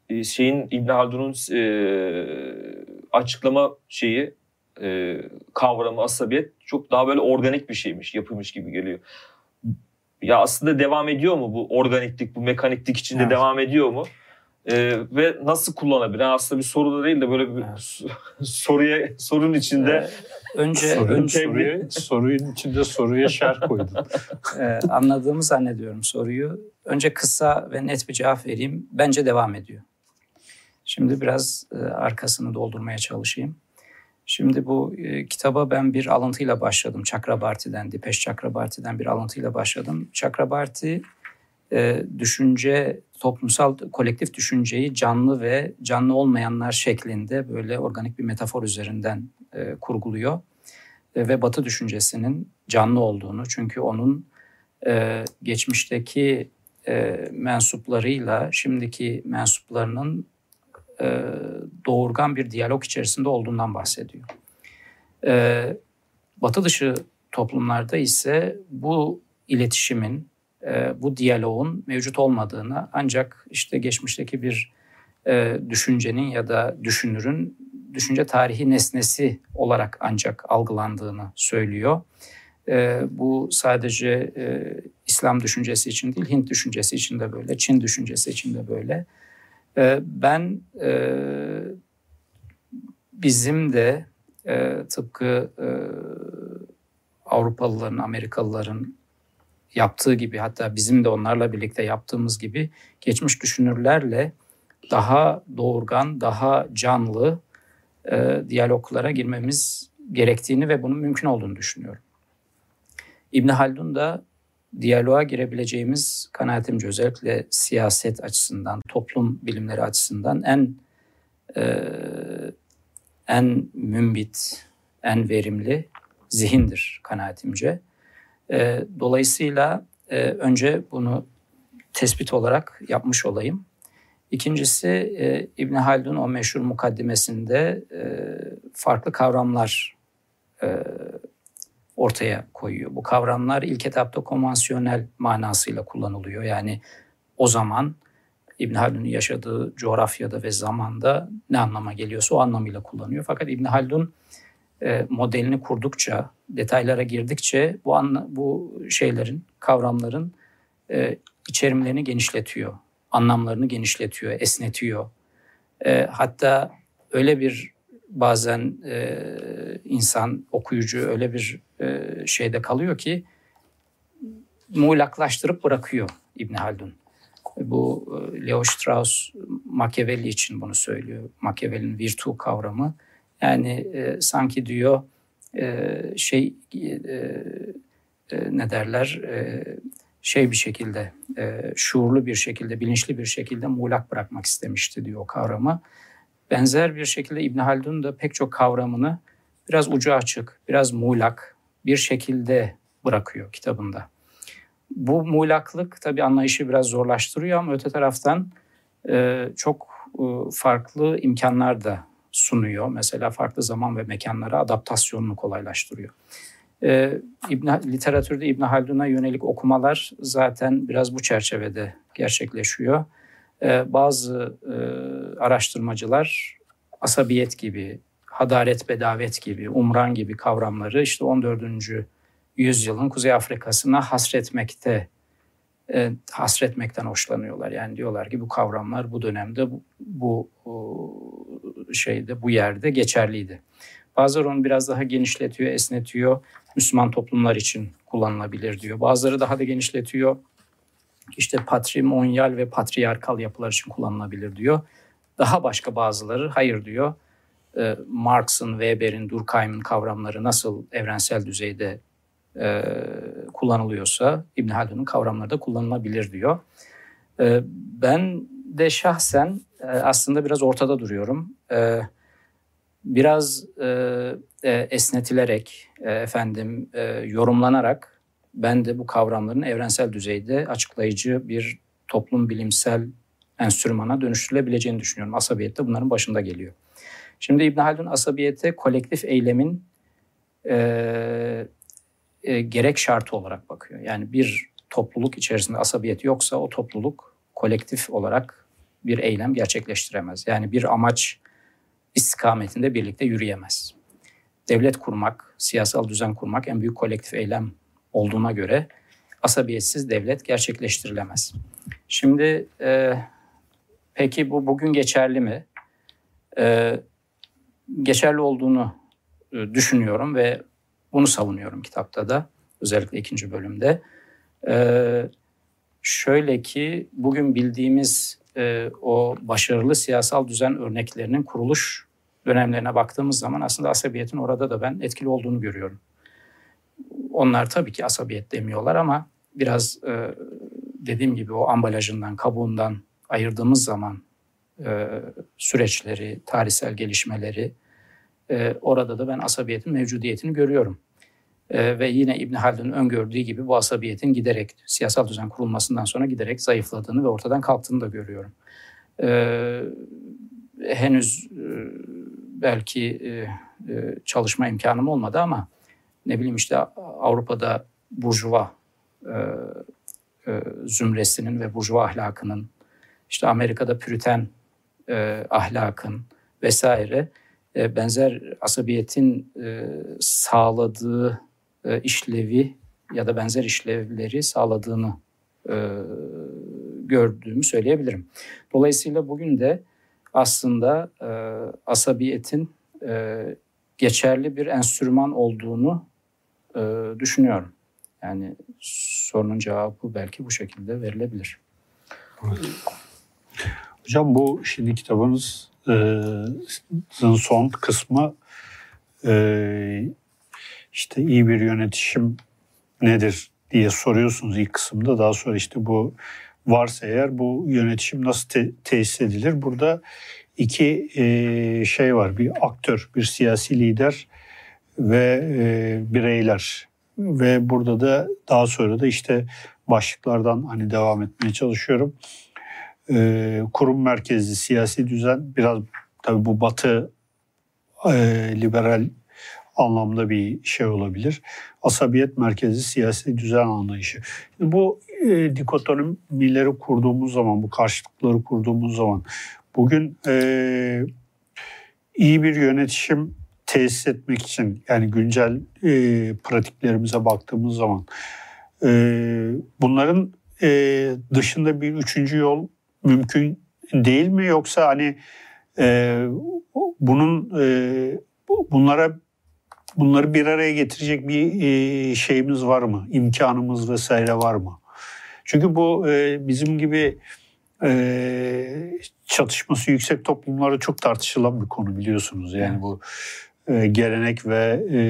şeyin İbn Haldun'un e, açıklama şeyi e, kavramı asabiyet çok daha böyle organik bir şeymiş, yapıymış gibi geliyor. Ya aslında devam ediyor mu bu organiklik, bu mekaniklik içinde evet. devam ediyor mu? Ee, ve nasıl kullanabilir? Yani aslında bir soru da değil de böyle bir evet. soruya sorunun içinde ee, önce Soru, önce soruyu, sorunun içinde soruya şerh koydun. ee, anladığımı zannediyorum soruyu. Önce kısa ve net bir cevap vereyim. Bence devam ediyor. Şimdi biraz e, arkasını doldurmaya çalışayım. Şimdi bu e, kitaba ben bir alıntıyla başladım. Chakrabarti'den, Dipesh Chakrabarti'den bir alıntıyla başladım. Chakrabarti e, düşünce, toplumsal kolektif düşünceyi canlı ve canlı olmayanlar şeklinde böyle organik bir metafor üzerinden e, kurguluyor. E, ve Batı düşüncesinin canlı olduğunu, çünkü onun e, geçmişteki e, mensuplarıyla şimdiki mensuplarının e, doğurgan bir diyalog içerisinde olduğundan bahsediyor. E, Batı dışı toplumlarda ise bu iletişimin, e, bu diyaloğun mevcut olmadığını, ancak işte geçmişteki bir e, düşüncenin ya da düşünürün düşünce tarihi nesnesi olarak ancak algılandığını söylüyor. E, bu sadece e, İslam düşüncesi için değil, Hint düşüncesi için de böyle, Çin düşüncesi için de böyle. E, ben e, bizim de e, tıpkı e, Avrupalıların, Amerikalıların yaptığı gibi, hatta bizim de onlarla birlikte yaptığımız gibi geçmiş düşünürlerle daha doğurgan, daha canlı e, diyaloglara girmemiz gerektiğini ve bunun mümkün olduğunu düşünüyorum. İbn Haldun da diyaloğa girebileceğimiz, kanaatimce özellikle siyaset açısından, toplum bilimleri açısından en e, en mümbit, en verimli zihindir kanaatimce. E, dolayısıyla e, önce bunu tespit olarak yapmış olayım. İkincisi, e, İbn Haldun o meşhur mukaddimesinde e, farklı kavramlar e, ortaya koyuyor. Bu kavramlar ilk etapta konvansiyonel manasıyla kullanılıyor. Yani o zaman İbn Haldun'un yaşadığı coğrafyada ve zamanda ne anlama geliyorsa o anlamıyla kullanıyor. Fakat İbn Haldun e, modelini kurdukça, detaylara girdikçe bu anla, bu şeylerin, kavramların e, içerimlerini genişletiyor, anlamlarını genişletiyor, esnetiyor. E, hatta öyle bir bazen e, insan, okuyucu öyle bir e, şeyde kalıyor ki muğlaklaştırıp bırakıyor İbn Haldun. Bu Leo Strauss Machiavelli için bunu söylüyor. Machiavelli'nin virtù kavramı. Yani e, sanki diyor e, şey e, e, ne derler e, şey bir şekilde e, şuurlu bir şekilde, bilinçli bir şekilde muğlak bırakmak istemişti diyor o kavramı. Benzer bir şekilde İbn Haldun da pek çok kavramını biraz ucu açık, biraz muğlak bir şekilde bırakıyor kitabında. Bu muğlaklık tabii anlayışı biraz zorlaştırıyor ama öte taraftan e, çok e, farklı imkanlar da sunuyor. Mesela farklı zaman ve mekanlara adaptasyonunu kolaylaştırıyor. E, İbn, literatürde İbn Haldun'a yönelik okumalar zaten biraz bu çerçevede gerçekleşiyor. E, bazı e, araştırmacılar asabiyet gibi, hadaret bedavet gibi, umran gibi kavramları işte on dördüncü yüzyılın Kuzey Afrika'sına hasretmekte, e, hasretmekten hoşlanıyorlar. Yani diyorlar ki bu kavramlar bu dönemde bu, bu şeyde, bu yerde geçerliydi. Bazıları onu biraz daha genişletiyor, esnetiyor. Müslüman toplumlar için kullanılabilir diyor. Bazıları daha da genişletiyor. İşte patrimonyal ve patriarkal yapılar için kullanılabilir diyor. Daha başka bazıları hayır diyor. E, Marx'ın, Weber'in, Durkheim'in kavramları nasıl evrensel düzeyde e, kullanılıyorsa İbn Haldun'un kavramları da kullanılabilir diyor. E, ben de şahsen e, aslında biraz ortada duruyorum. E, biraz e, e, esnetilerek, e, efendim e, yorumlanarak ben de bu kavramların evrensel düzeyde açıklayıcı bir toplum bilimsel enstrümana dönüştürülebileceğini düşünüyorum. Asabiyet de bunların başında geliyor. Şimdi İbn Haldun asabiyete kolektif eylemin e, e, gerek şartı olarak bakıyor. Yani bir topluluk içerisinde asabiyet yoksa o topluluk kolektif olarak bir eylem gerçekleştiremez. Yani bir amaç istikametinde birlikte yürüyemez. Devlet kurmak, siyasal düzen kurmak en büyük kolektif eylem olduğuna göre asabiyetsiz devlet gerçekleştirilemez. Şimdi e, peki bu bugün geçerli mi? E, geçerli olduğunu e, düşünüyorum ve bunu savunuyorum kitapta da, özellikle ikinci bölümde. E, şöyle ki bugün bildiğimiz e, o başarılı siyasal düzen örneklerinin kuruluş dönemlerine baktığımız zaman aslında asabiyetin orada da ben etkili olduğunu görüyorum. Onlar tabii ki asabiyet demiyorlar ama biraz e, dediğim gibi o ambalajından, kabuğundan ayırdığımız zaman e, süreçleri, tarihsel gelişmeleri e, orada da ben asabiyetin mevcudiyetini görüyorum. E, ve yine İbn Haldun'un öngördüğü gibi bu asabiyetin giderek siyasal düzen kurulmasından sonra giderek zayıfladığını ve ortadan kalktığını da görüyorum. E, henüz e, belki e, e, çalışma imkanım olmadı ama ne bileyim işte Avrupa'da burjuva e, e, zümresinin ve burjuva ahlakının, işte Amerika'da püriten e, ahlakın vesaire e, benzer asabiyetin e, sağladığı e, işlevi ya da benzer işlevleri sağladığını e, gördüğümü söyleyebilirim. Dolayısıyla bugün de aslında e, asabiyetin e, geçerli bir enstrüman olduğunu e, düşünüyorum. Yani sorunun cevabı belki bu şekilde verilebilir. Evet. Hocam bu şimdi kitabınızın son kısmı e, işte iyi bir yönetişim nedir diye soruyorsunuz ilk kısımda. Daha sonra işte bu varsa eğer bu yönetişim nasıl te- tesis edilir? Burada iki e, şey var. Bir aktör, bir siyasi lider ve e, bireyler. Ve burada da daha sonra da işte başlıklardan hani devam etmeye çalışıyorum. E, kurum merkezli siyasi düzen, biraz tabii bu Batı e, liberal anlamda bir şey olabilir. Asabiyet merkezli siyasi düzen anlayışı. Bu e, dikotomileri kurduğumuz zaman, bu karşıtlıkları kurduğumuz zaman bugün e, iyi bir yönetişim tesis etmek için, yani güncel e, pratiklerimize baktığımız zaman e, bunların e, dışında bir üçüncü yol mümkün değil mi? Yoksa hani e, bunun e, bunlara bunları bir araya getirecek bir e, şeyimiz var mı? İmkanımız vesaire var mı? Çünkü bu e, bizim gibi e, çatışması yüksek toplumlarda çok tartışılan bir konu, biliyorsunuz. Yani evet. Bu e, gelenek ve e,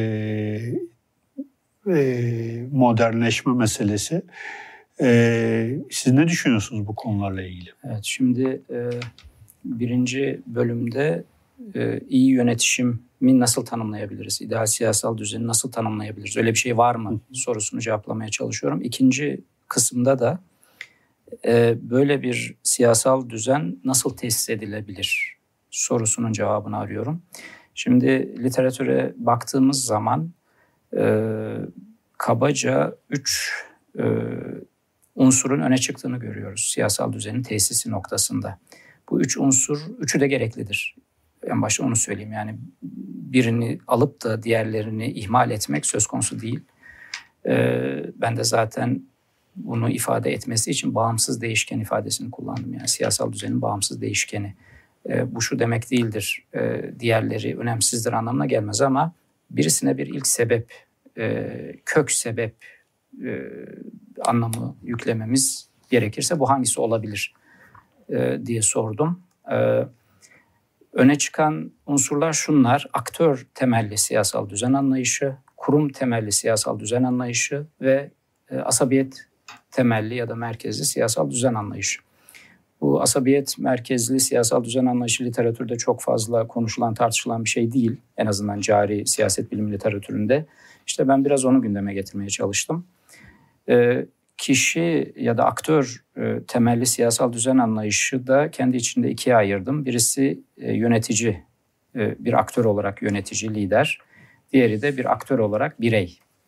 e, modernleşme meselesi. E, siz ne düşünüyorsunuz bu konularla ilgili? Evet, şimdi e, birinci bölümde e, iyi yönetişimi nasıl tanımlayabiliriz? İdeal siyasal düzeni nasıl tanımlayabiliriz? Öyle bir şey var mı? Sorusunu cevaplamaya çalışıyorum. İkinci kısımda da e, böyle bir siyasal düzen nasıl tesis edilebilir? Sorusunun cevabını arıyorum. Şimdi literatüre baktığımız zaman e, kabaca üç e, unsurun öne çıktığını görüyoruz siyasal düzenin tesisi noktasında. Bu üç unsur, üçü de gereklidir. En başta onu söyleyeyim. Yani birini alıp da diğerlerini ihmal etmek söz konusu değil. Ee, ben de zaten bunu ifade etmesi için bağımsız değişken ifadesini kullandım. Yani siyasal düzenin bağımsız değişkeni. Ee, bu şu demek değildir, ee, diğerleri önemsizdir anlamına gelmez ama birisine bir ilk sebep, e, kök sebep e, anlamı yüklememiz gerekirse bu hangisi olabilir e, diye sordum. Evet. Öne çıkan unsurlar şunlar: aktör temelli siyasal düzen anlayışı, kurum temelli siyasal düzen anlayışı ve e, asabiyet temelli ya da merkezli siyasal düzen anlayışı. Bu asabiyet merkezli siyasal düzen anlayışı literatürde çok fazla konuşulan, tartışılan bir şey değil. En azından cari siyaset bilimi literatüründe. İşte ben biraz onu gündeme getirmeye çalıştım. E, Kişi ya da aktör e, temelli siyasal düzen anlayışı da kendi içinde ikiye ayırdım. Birisi e, yönetici, e, bir aktör olarak yönetici, lider. Diğeri de bir aktör olarak birey.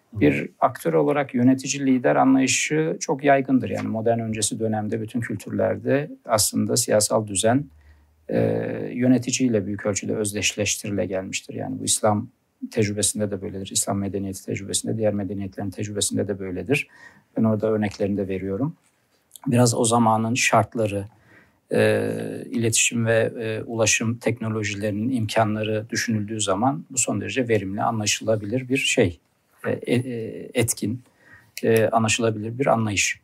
Bir aktör olarak yönetici lider anlayışı çok yaygındır. Yani modern öncesi dönemde bütün kültürlerde aslında siyasal düzen e, yöneticiyle büyük ölçüde özdeşleştirile gelmiştir. Yani bu İslam tecrübesinde de böyledir. İslam medeniyeti tecrübesinde, diğer medeniyetlerin tecrübesinde de böyledir. Ben orada örneklerini de veriyorum. Biraz o zamanın şartları, e, iletişim ve e, ulaşım teknolojilerinin imkanları düşünüldüğü zaman bu son derece verimli, anlaşılabilir bir şey. Etkin, anlaşılabilir bir anlayış.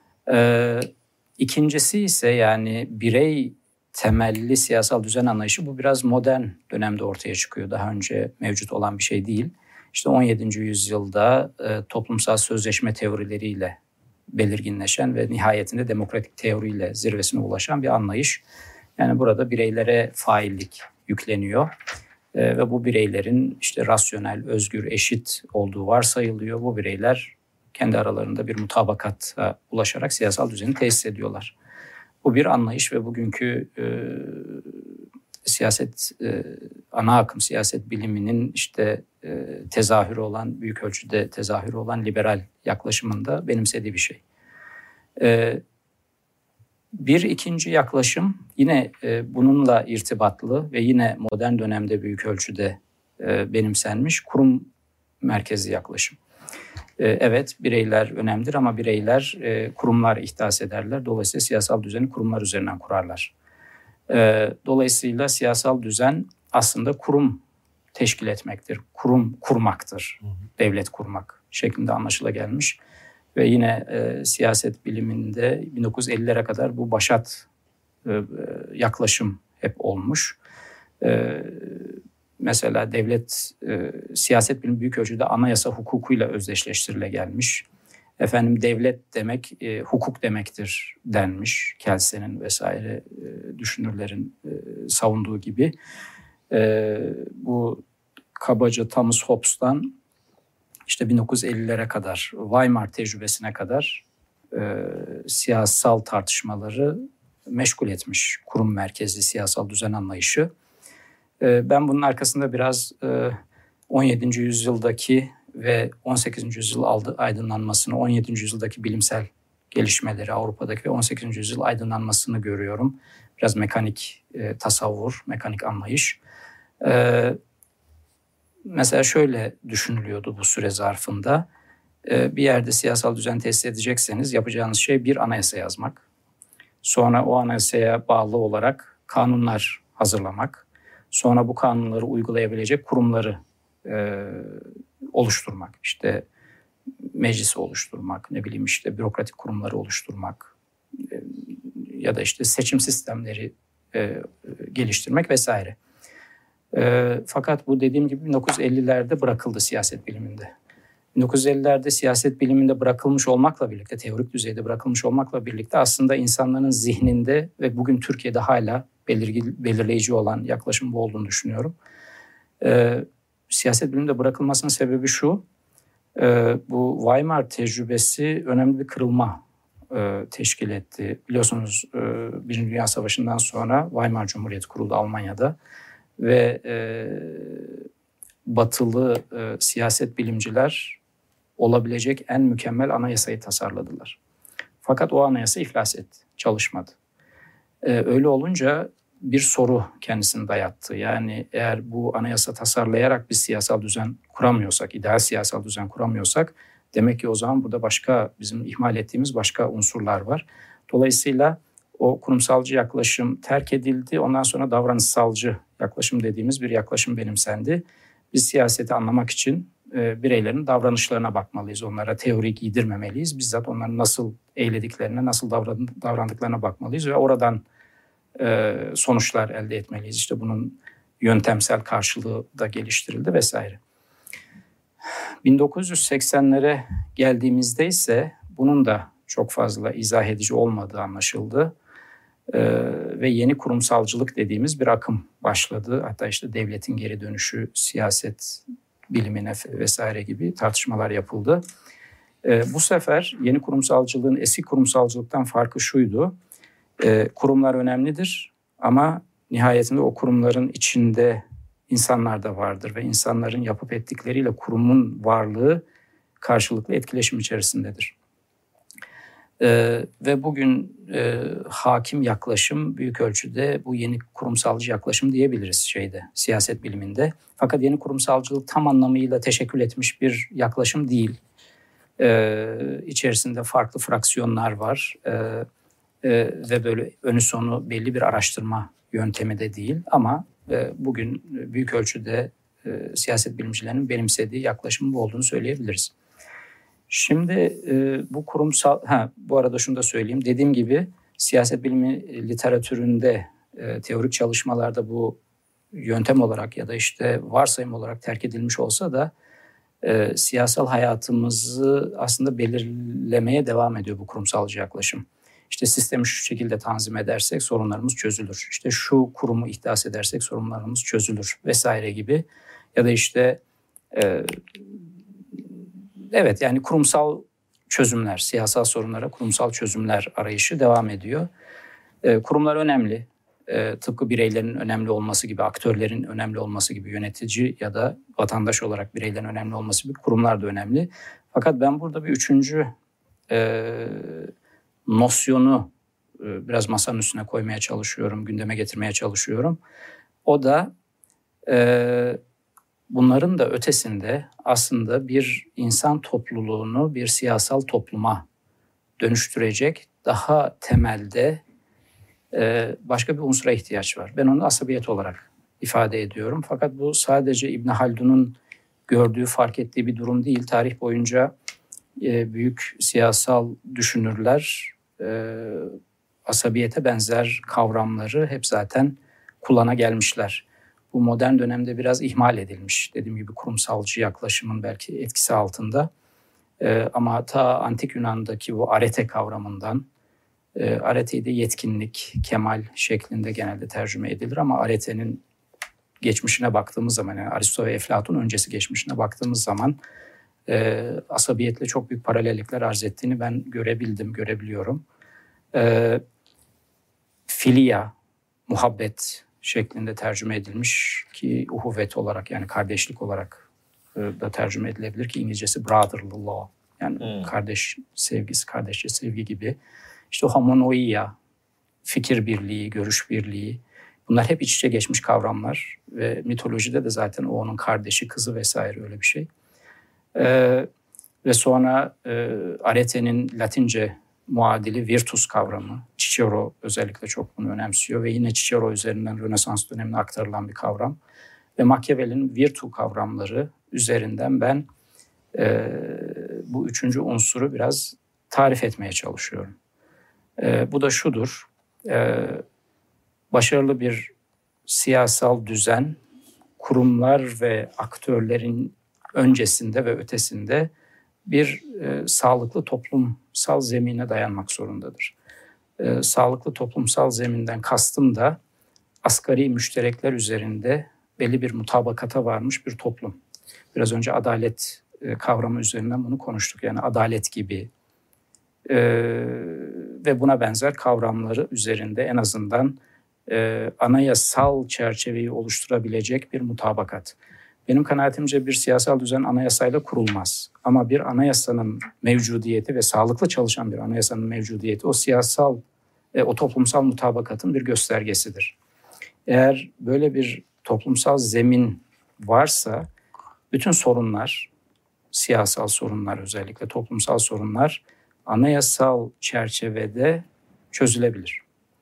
İkincisi ise yani birey temelli siyasal düzen anlayışı, bu biraz modern dönemde ortaya çıkıyor. Daha önce mevcut olan bir şey değil. İşte on yedinci yüzyılda toplumsal sözleşme teorileriyle belirginleşen ve nihayetinde demokratik teoriyle zirvesine ulaşan bir anlayış. Yani burada bireylere faillik yükleniyor. Ve bu bireylerin işte rasyonel, özgür, eşit olduğu varsayılıyor. Bu bireyler kendi aralarında bir mutabakata ulaşarak siyasal düzeni tesis ediyorlar. Bu bir anlayış ve bugünkü e, siyaset, e, ana akım siyaset biliminin işte e, tezahürü olan, büyük ölçüde tezahürü olan liberal yaklaşımında benimsediği bir şey. E, Bir ikinci yaklaşım yine e, bununla irtibatlı ve yine modern dönemde büyük ölçüde e, benimsenmiş kurum merkezli yaklaşım. E, evet, bireyler önemlidir ama bireyler e, kurumlar ihdas ederler. Dolayısıyla siyasal düzeni kurumlar üzerinden kurarlar. E, dolayısıyla siyasal düzen aslında kurum teşkil etmektir, kurum kurmaktır, hı hı. devlet kurmak şeklinde anlaşılagelmiş. Ve yine e, siyaset biliminde bin dokuz yüz ellilere kadar bu başat e, yaklaşım hep olmuş. E, mesela devlet, e, siyaset bilimi büyük ölçüde anayasa hukukuyla özdeşleştirile gelmiş. Efendim devlet demek e, hukuk demektir denmiş. Kelsen'in vesaire e, düşünürlerin e, savunduğu gibi. E, bu kabaca Thomas Hobbes'tan İşte bin dokuz yüz ellilere kadar, Weimar tecrübesine kadar e, siyasal tartışmaları meşgul etmiş kurum merkezli siyasal düzen anlayışı. E, ben bunun arkasında biraz e, on yedinci yüzyıldaki ve on sekizinci yüzyıl aldı aydınlanmasını, on yedinci yüzyıldaki bilimsel gelişmeleri, Avrupa'daki ve on sekizinci yüzyıl aydınlanmasını görüyorum. Biraz mekanik e, tasavvur, mekanik anlayış. E, Mesela şöyle düşünülüyordu bu süre zarfında. Bir yerde siyasal düzen tesis edecekseniz yapacağınız şey bir anayasa yazmak. Sonra o anayasaya bağlı olarak kanunlar hazırlamak. Sonra bu kanunları uygulayabilecek kurumları e, oluşturmak. İşte meclisi oluşturmak, ne bileyim işte bürokratik kurumları oluşturmak e, ya da işte seçim sistemleri e, geliştirmek vesaire. E, fakat bu dediğim gibi bin dokuz yüz ellilerde bırakıldı siyaset biliminde. bin dokuz yüz ellilerde siyaset biliminde bırakılmış olmakla birlikte, teorik düzeyde bırakılmış olmakla birlikte aslında insanların zihninde ve bugün Türkiye'de hala belirgi, belirleyici olan yaklaşım bu olduğunu düşünüyorum. E, siyaset biliminde bırakılmasının sebebi şu, e, bu Weimar tecrübesi önemli bir kırılma e, teşkil etti. Biliyorsunuz e, Birinci Dünya Savaşı'ndan sonra Weimar Cumhuriyeti kuruldu Almanya'da. Ve e, batılı e, siyaset bilimciler olabilecek en mükemmel anayasayı tasarladılar. Fakat o anayasa iflas etti, çalışmadı. E, öyle olunca bir soru kendisini dayattı. Yani eğer bu anayasa tasarlayarak bir siyasal düzen kuramıyorsak, ideal siyasal düzen kuramıyorsak, demek ki o zaman burada başka, bizim ihmal ettiğimiz başka unsurlar var. Dolayısıyla o kurumsalcı yaklaşım terk edildi. Ondan sonra davranışsalcı yaklaşım dediğimiz bir yaklaşım benimsendi. Biz siyaseti anlamak için e, bireylerin davranışlarına bakmalıyız. Onlara teori giydirmemeliyiz. Bizzat onların nasıl eylediklerine, nasıl davran, davrandıklarına bakmalıyız ve oradan e, sonuçlar elde etmeliyiz. İşte bunun yöntemsel karşılığı da geliştirildi vesaire. bin dokuz yüz seksenlere geldiğimizde ise bunun da çok fazla izah edici olmadığı anlaşıldı. Ee, ve yeni kurumsalcılık dediğimiz bir akım başladı. Hatta işte devletin geri dönüşü, siyaset bilimine vesaire gibi tartışmalar yapıldı. Ee, bu sefer yeni kurumsalcılığın eski kurumsalcılıktan farkı şuydu. Ee, kurumlar önemlidir ama nihayetinde o kurumların içinde insanlar da vardır ve insanların yapıp ettikleriyle kurumun varlığı karşılıklı etkileşim içerisindedir. Ee, ve bugün e, hakim yaklaşım büyük ölçüde bu yeni kurumsalcı yaklaşım diyebiliriz şeyde, siyaset biliminde. Fakat yeni kurumsalcılık tam anlamıyla teşekkül etmiş bir yaklaşım değil. Ee, içerisinde farklı fraksiyonlar var ee, e, ve böyle önü sonu belli bir araştırma yöntemi de değil. Ama e, bugün büyük ölçüde e, siyaset bilimcilerinin benimsediği yaklaşımın bu olduğunu söyleyebiliriz. Şimdi e, bu kurumsal, ha, bu arada şunu da söyleyeyim. Dediğim gibi siyaset bilimi literatüründe, e, teorik çalışmalarda bu yöntem olarak ya da işte varsayım olarak terk edilmiş olsa da e, siyasal hayatımızı aslında belirlemeye devam ediyor bu kurumsalcı yaklaşım. İşte sistemi şu şekilde tanzim edersek sorunlarımız çözülür. İşte şu kurumu ihdas edersek sorunlarımız çözülür vesaire gibi. Ya da işte e, evet yani kurumsal çözümler, siyasal sorunlara kurumsal çözümler arayışı devam ediyor. E, kurumlar önemli. E, tıpkı bireylerin önemli olması gibi, aktörlerin önemli olması gibi, yönetici ya da vatandaş olarak bireylerin önemli olması gibi kurumlar da önemli. Fakat ben burada bir üçüncü e, nosyonu e, biraz masanın üstüne koymaya çalışıyorum, gündeme getirmeye çalışıyorum. O da e, bunların da ötesinde aslında bir insan topluluğunu bir siyasal topluma dönüştürecek daha temelde e, başka bir unsura ihtiyaç var. Ben onu asabiyet olarak ifade ediyorum. Fakat bu sadece İbn Haldun'un gördüğü, fark ettiği bir durum değil. Tarih boyunca e, büyük siyasal düşünürler e, asabiyete benzer kavramları hep zaten kullana gelmişler. Bu modern dönemde biraz ihmal edilmiş. Dediğim gibi kurumsalcı yaklaşımın belki etkisi altında. Ee, ama ta Antik Yunan'daki bu arete kavramından, e, areteyi de yetkinlik, kemal şeklinde genelde tercüme edilir. Ama aretenin geçmişine baktığımız zaman, yani Aristo ve Eflatun öncesi geçmişine baktığımız zaman e, asabiyetle çok büyük paralellikler arz ettiğini ben görebildim, görebiliyorum. E, filia, muhabbet şeklinde tercüme edilmiş ki uhuvvet olarak yani kardeşlik olarak da tercüme edilebilir ki İngilizcesi brotherly law yani hmm. kardeş sevgisi, kardeşçe sevgi gibi. İşte homonoia, fikir birliği, görüş birliği bunlar hep iç içe geçmiş kavramlar ve mitolojide de zaten o onun kardeşi, kızı vesaire öyle bir şey. Ee, ve sonra e, aretenin Latince muadili virtus kavramı. Cicero özellikle çok bunu önemsiyor ve yine Cicero üzerinden Rönesans dönemine aktarılan bir kavram. Ve Machiavelli'nin virtu kavramları üzerinden ben e, bu üçüncü unsuru biraz tarif etmeye çalışıyorum. E, bu da şudur, e, başarılı bir siyasal düzen, kurumlar ve aktörlerin öncesinde ve ötesinde bir e, sağlıklı toplumsal zemine dayanmak zorundadır. E, sağlıklı toplumsal zeminden kastım da asgari müşterekler üzerinde belli bir mutabakata varmış bir toplum. Biraz önce adalet e, kavramı üzerinden bunu konuştuk. Yani adalet gibi e, ve buna benzer kavramları üzerinde en azından e, anayasal çerçeveyi oluşturabilecek bir mutabakat. Benim kanaatimce bir siyasal düzen anayasayla kurulmaz. Ama bir anayasanın mevcudiyeti ve sağlıklı çalışan bir anayasanın mevcudiyeti o siyasal, e, o toplumsal mutabakatın bir göstergesidir. Eğer böyle bir toplumsal zemin varsa bütün sorunlar, siyasal sorunlar özellikle toplumsal sorunlar anayasal çerçevede çözülebilir.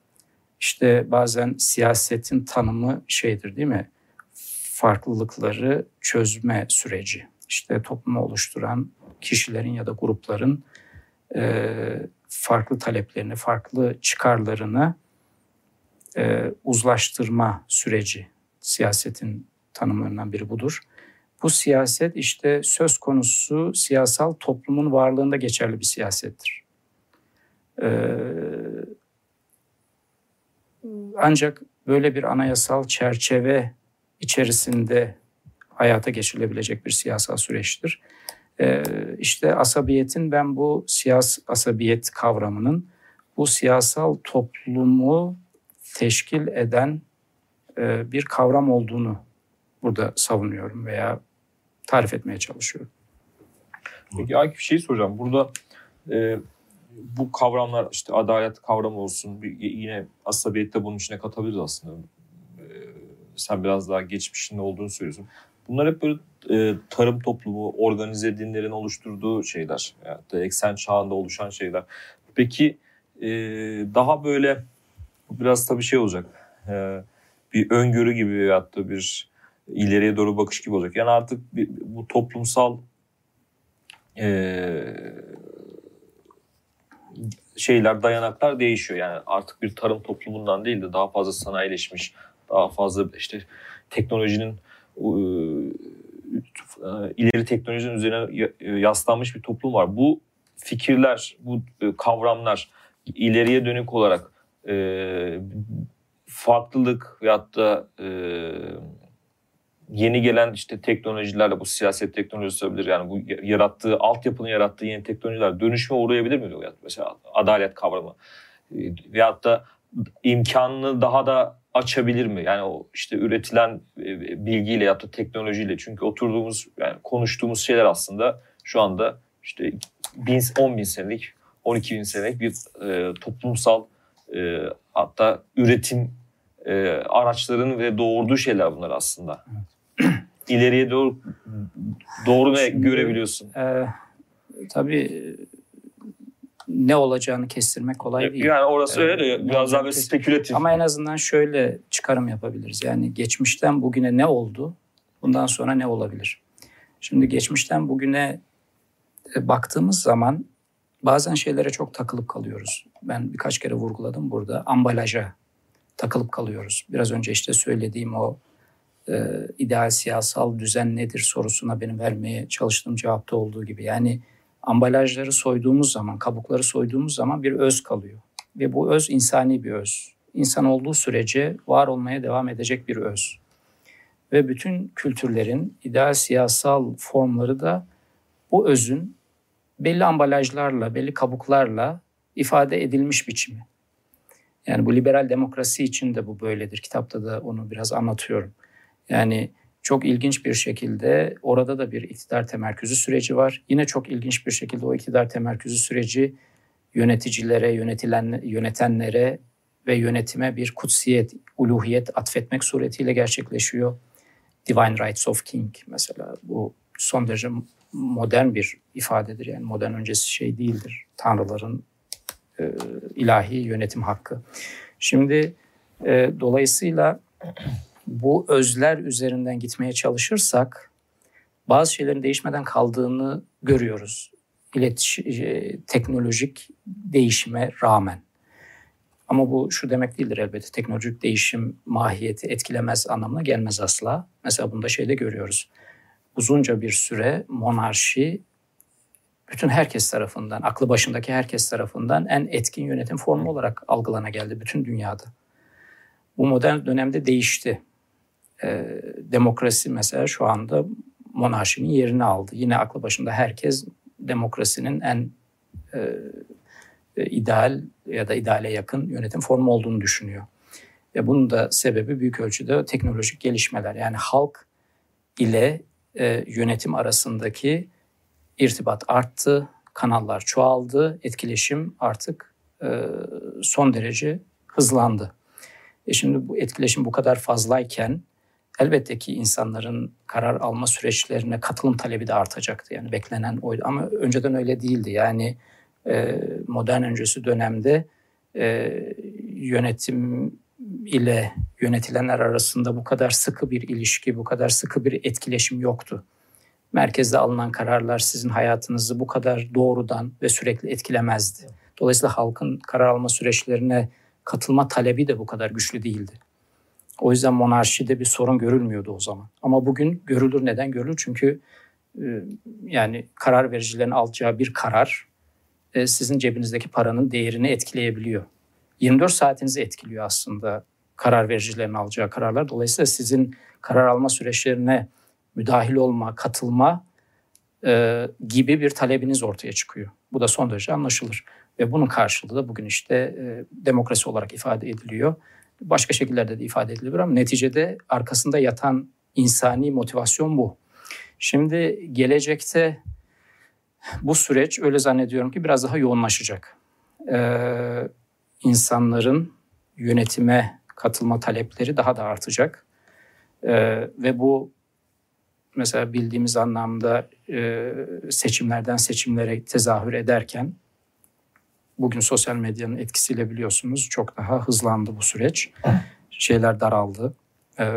İşte bazen siyasetin tanımı şeydir değil mi? Farklılıkları çözme süreci. İşte toplumu oluşturan kişilerin ya da grupların e, farklı taleplerini, farklı çıkarlarını e, uzlaştırma süreci. Siyasetin tanımlarından biri budur. Bu siyaset işte söz konusu siyasal toplumun varlığında geçerli bir siyasettir. Ee, ancak böyle bir anayasal çerçeve içerisinde hayata geçirilebilecek bir siyasal süreçtir. Ee, işte asabiyetin ben bu siyas asabiyet kavramının bu siyasal toplumu teşkil eden e, bir kavram olduğunu burada savunuyorum veya tarif etmeye çalışıyorum. Peki Akif, bir şey soracağım. Burada e, bu kavramlar, işte adalet kavramı olsun, bir, yine asabiyette bunun içine katabiliriz aslında. E, sen biraz daha geçmişinde olduğunu söylüyorsun. Bunlar hep böyle e, tarım toplumu, organize dinlerin oluşturduğu şeyler. Yani da eksen çağında oluşan şeyler. Peki e, daha böyle biraz tabii şey olacak. E, bir öngörü gibi veyahut da bir ileriye doğru bakış gibi olacak. Yani artık bir, bu toplumsal e, şeyler, dayanaklar değişiyor. Yani artık bir tarım toplumundan değil de daha fazla sanayileşmiş, daha fazla işte teknolojinin ileri teknolojinin üzerine yaslanmış bir toplum var. Bu fikirler, bu kavramlar ileriye dönük olarak e, farklılık veyahut da e, yeni gelen işte teknolojilerle, bu siyaset teknolojisi olabilir, yani bu yarattığı, altyapının yarattığı yeni teknolojiler dönüşüme uğrayabilir mi? Yani mesela adalet kavramı e, veyahut da imkanını daha da açabilir mi? Yani o işte üretilen bilgiyle ya da teknolojiyle. Çünkü oturduğumuz, yani konuştuğumuz şeyler aslında şu anda işte on bin senelik, on iki bin senelik bir e, toplumsal e, hatta üretim e, araçlarının ve doğurduğu şeyler bunlar aslında. Evet. İleriye doğru doğru ne Şimdi, görebiliyorsun? E, tabii ne olacağını kestirmek kolay değil. Yani orası öyle de biraz daha spekülatif. Ama en azından şöyle çıkarım yapabiliriz. Yani geçmişten bugüne ne oldu? Bundan sonra ne olabilir? Şimdi geçmişten bugüne baktığımız zaman bazen şeylere çok takılıp kalıyoruz. Ben birkaç kere vurguladım burada. Ambalaja takılıp kalıyoruz. Biraz önce işte söylediğim o e, ideal siyasal düzen nedir sorusuna benim vermeye çalıştığım cevapta olduğu gibi. Yani ambalajları soyduğumuz zaman, kabukları soyduğumuz zaman bir öz kalıyor. Ve bu öz insani bir öz. İnsan olduğu sürece var olmaya devam edecek bir öz. Ve bütün kültürlerin ideal siyasal formları da bu özün belli ambalajlarla, belli kabuklarla ifade edilmiş biçimi. Yani bu liberal demokrasi için de bu böyledir. Kitapta da onu biraz anlatıyorum. Yani çok ilginç bir şekilde orada da bir iktidar temerküzü süreci var. Yine çok ilginç bir şekilde o iktidar temerküzü süreci yöneticilere, yönetilen, yönetenlere ve yönetime bir kutsiyet, uluhiyet atfetmek suretiyle gerçekleşiyor. Divine Rights of King mesela, bu son derece modern bir ifadedir. Yani modern öncesi şey değildir. Tanrıların e, ilahi yönetim hakkı. Şimdi e, dolayısıyla bu özler üzerinden gitmeye çalışırsak bazı şeylerin değişmeden kaldığını görüyoruz. İletişim, teknolojik değişime rağmen. Ama bu şu demek değildir elbette. Teknolojik değişim mahiyeti etkilemez anlamına gelmez asla. Mesela bunda şeyde görüyoruz. Uzunca bir süre monarşi bütün herkes tarafından, aklı başındaki herkes tarafından en etkin yönetim formu olarak algılana geldi bütün dünyada. Bu modern dönemde değişti. Ee, demokrasi mesela şu anda monarşinin yerini aldı. Yine aklı başında herkes demokrasinin en e, e, ideal ya da ideale yakın yönetim formu olduğunu düşünüyor. Ve bunun da sebebi büyük ölçüde teknolojik gelişmeler. Yani halk ile e, yönetim arasındaki irtibat arttı, kanallar çoğaldı, etkileşim artık e, son derece hızlandı. E şimdi bu etkileşim bu kadar fazlayken elbette ki insanların karar alma süreçlerine katılım talebi de artacaktı. Yani beklenen oydu ama önceden öyle değildi. Yani e, modern öncesi dönemde e, yönetim ile yönetilenler arasında bu kadar sıkı bir ilişki, bu kadar sıkı bir etkileşim yoktu. Merkezde alınan kararlar sizin hayatınızı bu kadar doğrudan ve sürekli etkilemezdi. Dolayısıyla halkın karar alma süreçlerine katılma talebi de bu kadar güçlü değildi. O yüzden monarşide bir sorun görülmüyordu o zaman. Ama bugün görülür. Neden görülür? Çünkü e, yani karar vericilerin alacağı bir karar e, sizin cebinizdeki paranın değerini etkileyebiliyor. yirmi dört saatinizi etkiliyor aslında karar vericilerin alacağı kararlar. Dolayısıyla sizin karar alma süreçlerine müdahil olma, katılma e, gibi bir talebiniz ortaya çıkıyor. Bu da son derece anlaşılır. Ve bunun karşılığı da bugün işte e, demokrasi olarak ifade ediliyor. Başka şekillerde de ifade edilebilir ama neticede arkasında yatan insani motivasyon bu. Şimdi gelecekte bu süreç öyle zannediyorum ki biraz daha yoğunlaşacak. Ee, insanların yönetime katılma talepleri daha da artacak. Ee, ve bu mesela bildiğimiz anlamda e, seçimlerden seçimlere tezahür ederken bugün sosyal medyanın etkisiyle biliyorsunuz çok daha hızlandı bu süreç. Şeyler daraldı, e,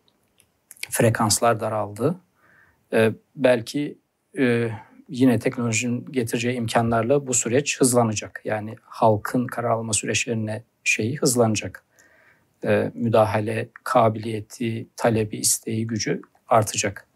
frekanslar daraldı. E, belki e, yine teknolojinin getireceği imkanlarla bu süreç hızlanacak. Yani halkın karar alma süreçlerine şeyi hızlanacak. E, müdahale kabiliyeti, talebi, isteği, gücü artacak.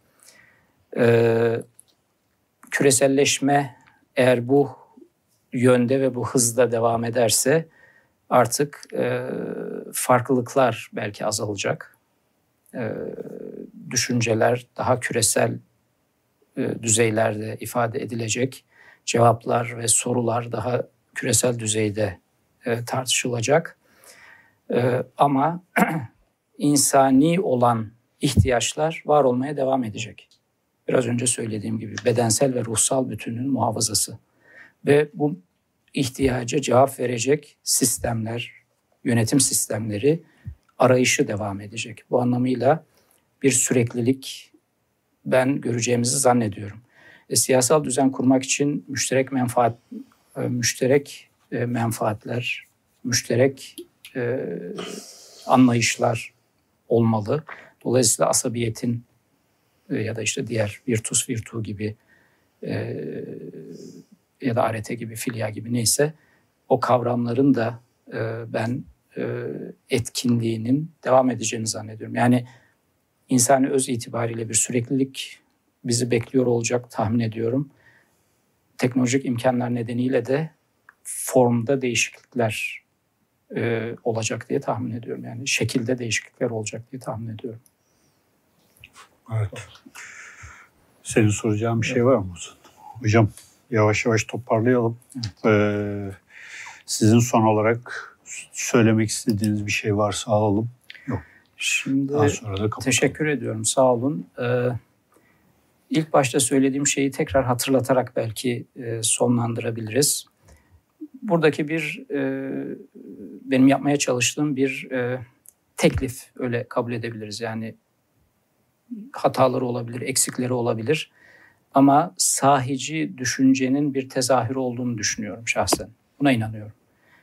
E, küreselleşme eğer bu yönde ve bu hızda devam ederse artık e, farklılıklar belki azalacak. E, düşünceler daha küresel e, düzeylerde ifade edilecek. Cevaplar ve sorular daha küresel düzeyde e, tartışılacak. E, ama insani olan ihtiyaçlar var olmaya devam edecek. Biraz önce söylediğim gibi bedensel ve ruhsal bütünün muhafazası. Ve bu ihtiyaca cevap verecek sistemler, yönetim sistemleri arayışı devam edecek. Bu anlamıyla bir süreklilik ben göreceğimizi zannediyorum. E, siyasal düzen kurmak için müşterek menfaat, e, müşterek e, menfaatler, müşterek e, anlayışlar olmalı. Dolayısıyla asabiyetin e, ya da işte diğer virtus virtu gibi e, ya da arete gibi, filya gibi neyse o kavramların da e, ben e, etkinliğinin devam edeceğini zannediyorum. Yani insani öz itibariyle bir süreklilik bizi bekliyor olacak tahmin ediyorum. Teknolojik imkanlar nedeniyle de formda değişiklikler e, olacak diye tahmin ediyorum. Yani şekilde değişiklikler olacak diye tahmin ediyorum. Evet. Senin soracağın bir şey var mı? Hocam yavaş yavaş toparlayalım. Evet. Ee, sizin son olarak söylemek istediğiniz bir şey varsa alalım. Yok. Şimdi daha sonra da teşekkür ediyorum. Sağ olun. Ee, ilk başta söylediğim şeyi tekrar hatırlatarak belki e, sonlandırabiliriz. Buradaki bir e, benim yapmaya çalıştığım bir e, teklif öyle kabul edebiliriz. Yani hataları olabilir, eksikleri olabilir. Ama sahici düşüncenin bir tezahürü olduğunu düşünüyorum şahsen. Buna inanıyorum.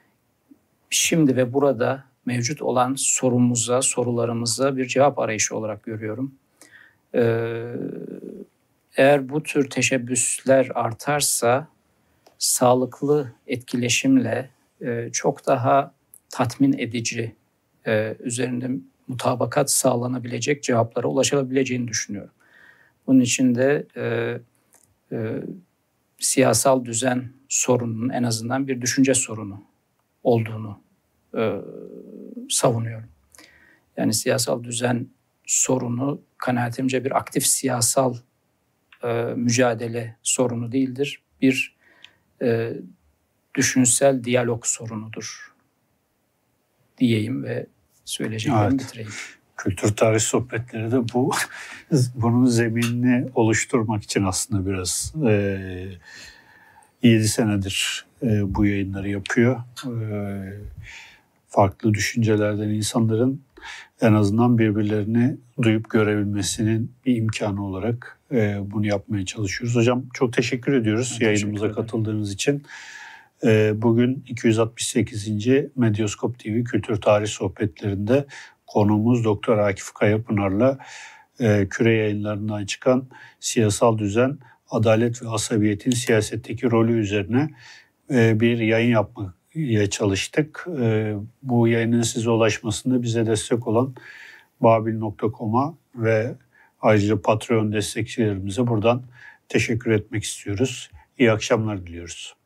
Şimdi ve burada mevcut olan sorumuza, sorularımıza bir cevap arayışı olarak görüyorum. Ee, eğer bu tür teşebbüsler artarsa sağlıklı etkileşimle e, çok daha tatmin edici, e, üzerinde mutabakat sağlanabilecek cevaplara ulaşabileceğini düşünüyorum. Bunun için de e, e, siyasal düzen sorununun en azından bir düşünce sorunu olduğunu e, savunuyorum. Yani siyasal düzen sorunu kanaatimce bir aktif siyasal e, mücadele sorunu değildir. Bir e, düşünsel diyalog sorunudur diyeyim ve söyleyeceklerimi evet. bitireyim. Kültür tarih sohbetleri de bu bunun zeminini oluşturmak için aslında biraz e, yedi senedir e, bu yayınları yapıyor. E, farklı düşüncelerden insanların en azından birbirlerini duyup görebilmesinin bir imkanı olarak e, bunu yapmaya çalışıyoruz. Hocam çok teşekkür ediyoruz ben yayınımıza teşekkür katıldığınız için. E, bugün iki yüz altmış sekizinci Medyaskop T V Kültür Tarih Sohbetlerinde konuğumuz Doktor Akif Kayapınar'la e, Küre Yayınlarından çıkan Siyasal Düzen, Adalet ve Asabiyetin Siyasetteki Rolü üzerine e, bir yayın yapmaya çalıştık. E, bu yayının size ulaşmasında bize destek olan babil nokta com'a ve ayrıca Patreon destekçilerimize buradan teşekkür etmek istiyoruz. İyi akşamlar diliyoruz.